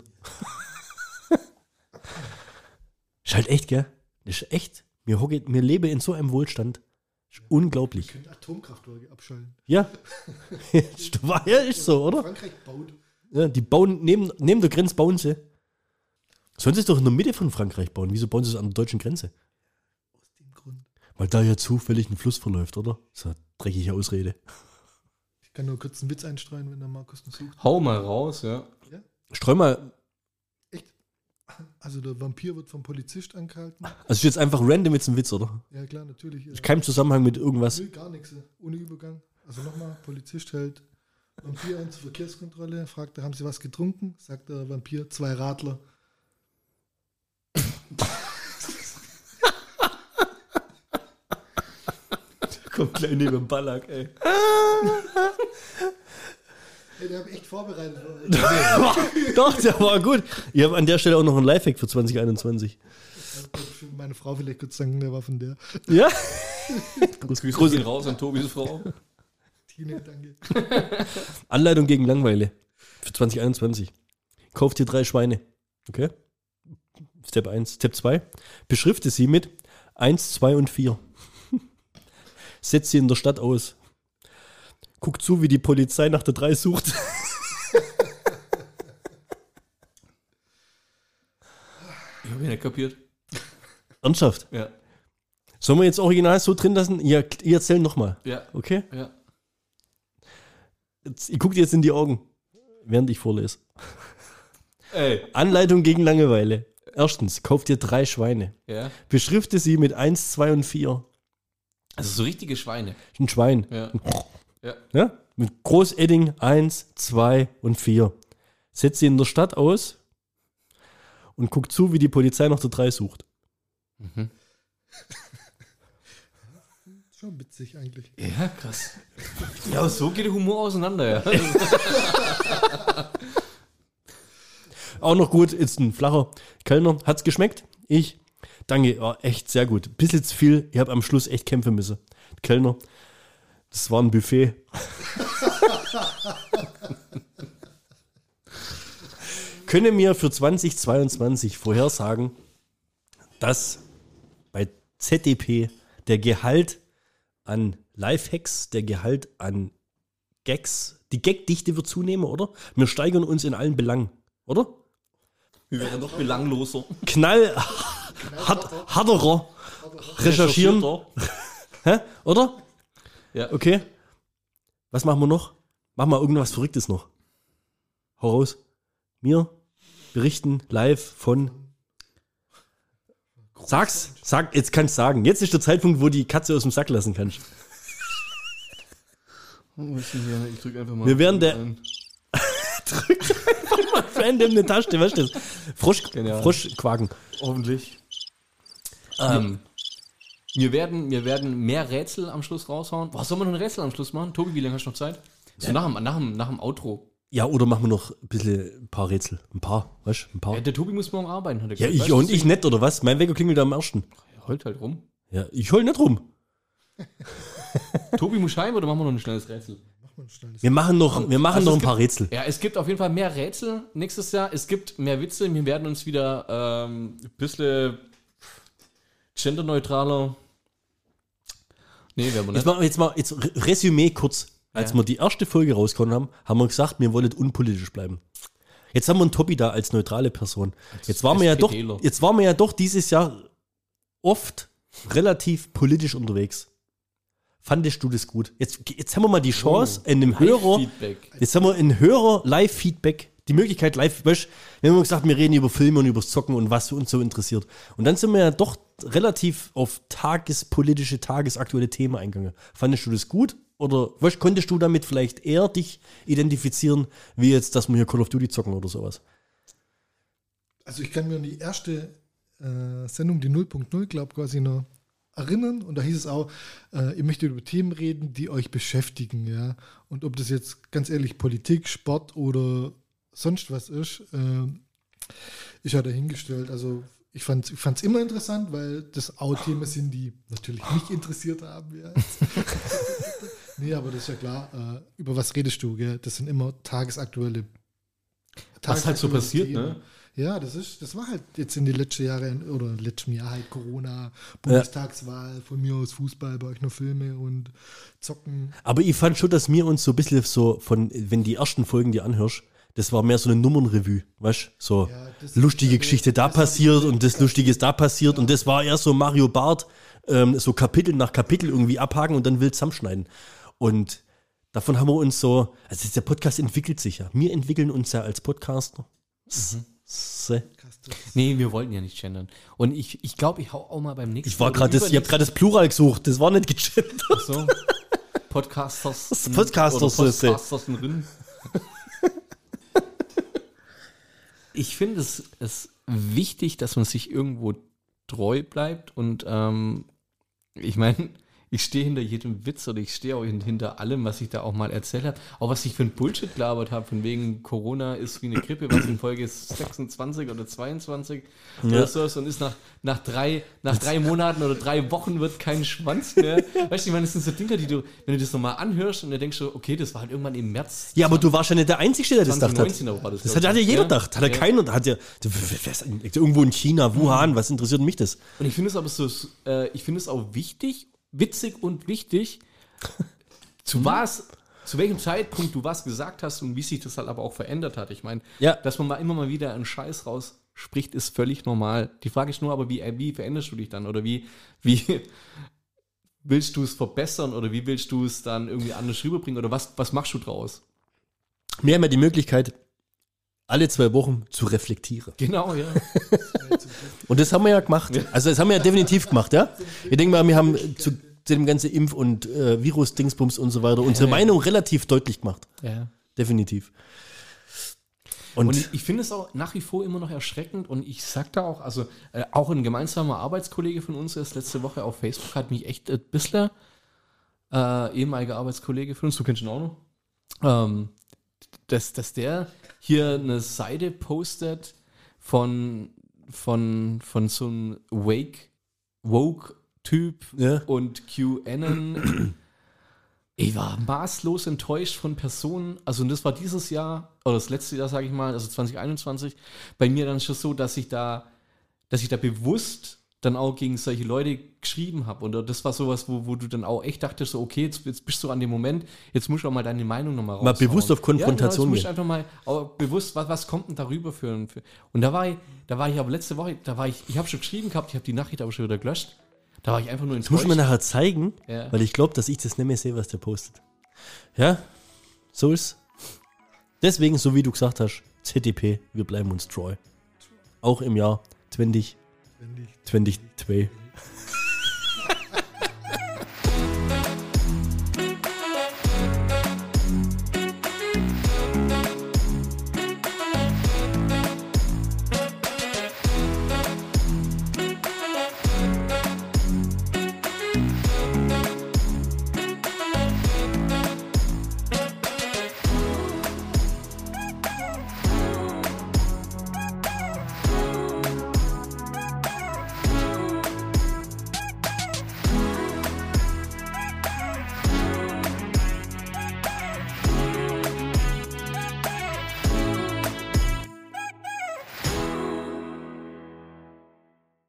Ist halt echt, gell? Das ist echt. Wir leben in so einem Wohlstand. Ist unglaublich. Wir können Atomkraftwerke abschalten. Ja. Ja, ist so, oder? Frankreich baut. Ja, die bauen, neben der Grenze bauen sie. Sollen sie es doch in der Mitte von Frankreich bauen? Wieso bauen sie es an der deutschen Grenze? Aus dem Grund. Weil da ja zufällig ein Fluss verläuft, oder? Das ist eine dreckige Ausrede. Ich kann nur kurz einen Witz einstreuen, wenn der Markus noch sucht. Hau mal raus, ja. Streu mal. Also der Vampir wird vom Polizist angehalten. Also ist jetzt einfach random jetzt ein Witz, oder? Ja klar, natürlich. Ist kein Zusammenhang mit irgendwas. Nö, gar nichts. Ohne Übergang. Also nochmal, Polizist hält Vampir an zur Verkehrskontrolle, fragt er, haben Sie was getrunken? Sagt der Vampir, 2 Radler. Kommt gleich neben dem Ballack, ey. Ey, der habe echt vorbereitet. Doch, der war gut. Ich habe an der Stelle auch noch einen Lifehack für 2021. Für meine Frau vielleicht kurz sagen, der war von der. Ja? Grüße gehen raus an Tobis Frau. Tine, danke. Anleitung gegen Langeweile für 2021. Kauft dir 3 Schweine. Okay? Step 1. Step 2. Beschrifte sie mit 1, 2 und 4. Setz sie in der Stadt aus. Guck zu, wie die Polizei nach der 3 sucht. Ich habe ihn nicht kapiert. Ernsthaft? Ja. Sollen wir jetzt original so drin lassen? Ihr erzählt nochmal. Ja. Okay? Ja. Ich gucke dir jetzt in die Augen, während ich vorlese. Ey. Anleitung gegen Langeweile. Erstens, kauf dir 3 Schweine. Ja. Beschrifte sie mit 1, 2 und 4. Also so richtige Schweine. Ein Schwein. Ja. Ja. Ja? Mit Großedding 1, 2 und 4. Setz sie in der Stadt aus und guckt zu, wie die Polizei noch zu 3 sucht. Schon witzig eigentlich. Ja, krass. Ja, so geht der Humor auseinander, ja. Auch noch gut, ist ein flacher Kellner. Hat's geschmeckt? Ich danke, echt sehr gut. Bisschen zu viel, ich habe am Schluss echt kämpfen müssen. Kellner, das war ein Buffet. Könne mir für 2022 vorhersagen, dass bei ZDP der Gehalt an Lifehacks, der Gehalt an Gags, die Gagdichte wird zunehmen, oder? Wir steigern uns in allen Belangen, oder? Wir werden doch belangloser. Harderer recherchieren. Hä? Oder? Ja. Okay. Was machen wir noch? Machen wir irgendwas Verrücktes noch. Hau raus. Wir berichten live von. Sag's. Jetzt kannst du sagen. Jetzt ist der Zeitpunkt, wo die Katze aus dem Sack lassen kannst. Ich drück einfach mal. Wir werden der. Drückt einfach mal random eine Taste, weißt du das? Froschquaken. Hoffentlich. Wir werden mehr Rätsel am Schluss raushauen. Boah, sollen wir noch ein Rätsel am Schluss machen? Tobi, wie lange hast du noch Zeit? So nach dem Outro. Ja, oder machen wir noch ein paar Rätsel. Ein paar, weißt du? Ein paar. Ja, der Tobi muss morgen arbeiten, hat er Ja, gesagt. ich und ich nicht, oder was? Mein Wecker klingelt am 1. Er heult halt rum. Ja, ich heul nicht rum. Tobi muss heim oder machen wir noch ein schnelles Rätsel? Wir machen noch Also ein paar Rätsel. Ja, es gibt auf jeden Fall mehr Rätsel nächstes Jahr. Es gibt mehr Witze. Wir werden uns wieder ein bisschen genderneutraler. Nee, werden wir nicht. Jetzt Resümee kurz. Als wir die erste Folge rausgekommen haben, haben wir gesagt, wir wollen unpolitisch bleiben. Jetzt haben wir einen Tobi da als neutrale Person. Jetzt waren wir ja doch dieses Jahr oft relativ politisch unterwegs. Fandest du das gut? Jetzt haben wir mal die Chance, in einem Hörer Live-Feedback, die Möglichkeit live, weißt, wir haben gesagt, wir reden über Filme und über das Zocken und was uns so interessiert. Und dann sind wir ja doch relativ auf tagespolitische, tagesaktuelle Themen eingegangen. Fandest du das gut? Oder weißt, konntest du damit vielleicht eher dich identifizieren, wie jetzt, dass wir hier Call of Duty zocken oder sowas? Also ich kann mir an die erste Sendung, die 0.0, glaube ich, quasi noch erinnern. Und da hieß es auch, ihr möchtet über Themen reden, die euch beschäftigen. Ja? Und ob das jetzt ganz ehrlich Politik, Sport oder sonst was ist, ist ja dahingestellt. Also ich fand's immer interessant, weil das auch Themen sind, die natürlich mich interessiert haben. Ja. Nee, aber das ist ja klar. Über was redest du? Gell? Das sind immer tagesaktuelle Was halt so passiert, Themen. ne? Ja, das war halt jetzt in den letzten Jahren oder im letzten Jahr halt Corona, Bundestagswahl, von mir aus Fußball, bei euch noch Filme und Zocken. Aber ich fand schon, dass wir uns so ein bisschen so wenn die ersten Folgen dir anhörst, das war mehr so eine Nummernrevue, weißt du? So lustige Geschichte da passiert und das Lustige ist da passiert und das war eher so Mario Barth, so Kapitel nach Kapitel irgendwie abhaken und dann wild zusammenschneiden. Und davon haben wir uns so, also der Podcast entwickelt sich ja. Wir entwickeln uns ja als Podcaster. Nee, wir wollten ja nicht gendern. Und ich glaube, ich hau auch mal beim nächsten Ich habe gerade das Plural gesucht, das war nicht gegendert. So. Podcasters. Podcasters. Ich finde es wichtig, dass man sich irgendwo treu bleibt und ich meine, ich stehe hinter jedem Witz oder ich stehe auch hinter allem, was ich da auch mal erzählt habe. Auch was ich für ein Bullshit gelabert habe, von wegen Corona ist wie eine Grippe, was in Folge 26 oder 22 oder so ist und ist nach drei Monaten oder 3 Wochen wird kein Schwanz mehr. Weißt du, ich meine, das sind so Dinge, die du, wenn du das nochmal anhörst und dann denkst du, okay, das war halt irgendwann im März. Ja, aber du warst ja nicht der Einzige, der das gedacht hat. War Das hat ja jeder gedacht. Hat ja keiner, irgendwo in China, Wuhan, was interessiert mich das? Und ich finde es aber so, ich finde es auch witzig und wichtig, zu welchem Zeitpunkt du was gesagt hast und wie sich das halt aber auch verändert hat. Ich meine, dass man immer mal wieder einen Scheiß rausspricht, ist völlig normal. Die Frage ist nur aber, wie veränderst du dich dann? Oder wie willst du es verbessern? Oder wie willst du es dann irgendwie anders rüberbringen? Oder was machst du draus? Wir haben ja die Möglichkeit, alle 2 Wochen zu reflektieren. Genau, ja. Und das haben wir ja gemacht. Also das haben wir ja definitiv gemacht, ja. Ich denke mal, wir haben zu dem ganzen Impf- und Virus-Dingsbums und so weiter unsere Meinung relativ deutlich gemacht. Ja. Definitiv. Und ich finde es auch nach wie vor immer noch erschreckend und ich sag da auch, also auch ein gemeinsamer Arbeitskollege von uns ist letzte Woche auf Facebook, hat mich echt ein bisschen, ehemaliger Arbeitskollege von uns, du kennst ihn auch noch, dass der hier eine Seite postet von so einem Woke-Typ Ja. und QAnon. Ich war maßlos enttäuscht von Personen, also und das war dieses Jahr, oder das letzte Jahr, sage ich mal, also 2021, bei mir dann schon so, dass ich da bewusst dann auch gegen solche Leute geschrieben habe. Und das war sowas, wo du dann auch echt dachtest, so, okay, jetzt bist du an dem Moment, jetzt musst du auch mal deine Meinung nochmal raushauen. Mal bewusst auf Konfrontation jetzt musst du gehen. einfach mal auch bewusst, was kommt denn darüber für. Und da war ich aber letzte Woche, ich habe schon geschrieben gehabt, ich habe die Nachricht aber schon wieder gelöscht. Da war ich einfach nur Das muss ich mir nachher zeigen, Ja. weil ich glaube, dass ich das nicht mehr sehe, was der postet. Ja, so ist. Deswegen, so wie du gesagt hast, ZDP, wir bleiben uns treu. Auch im Jahr 2022.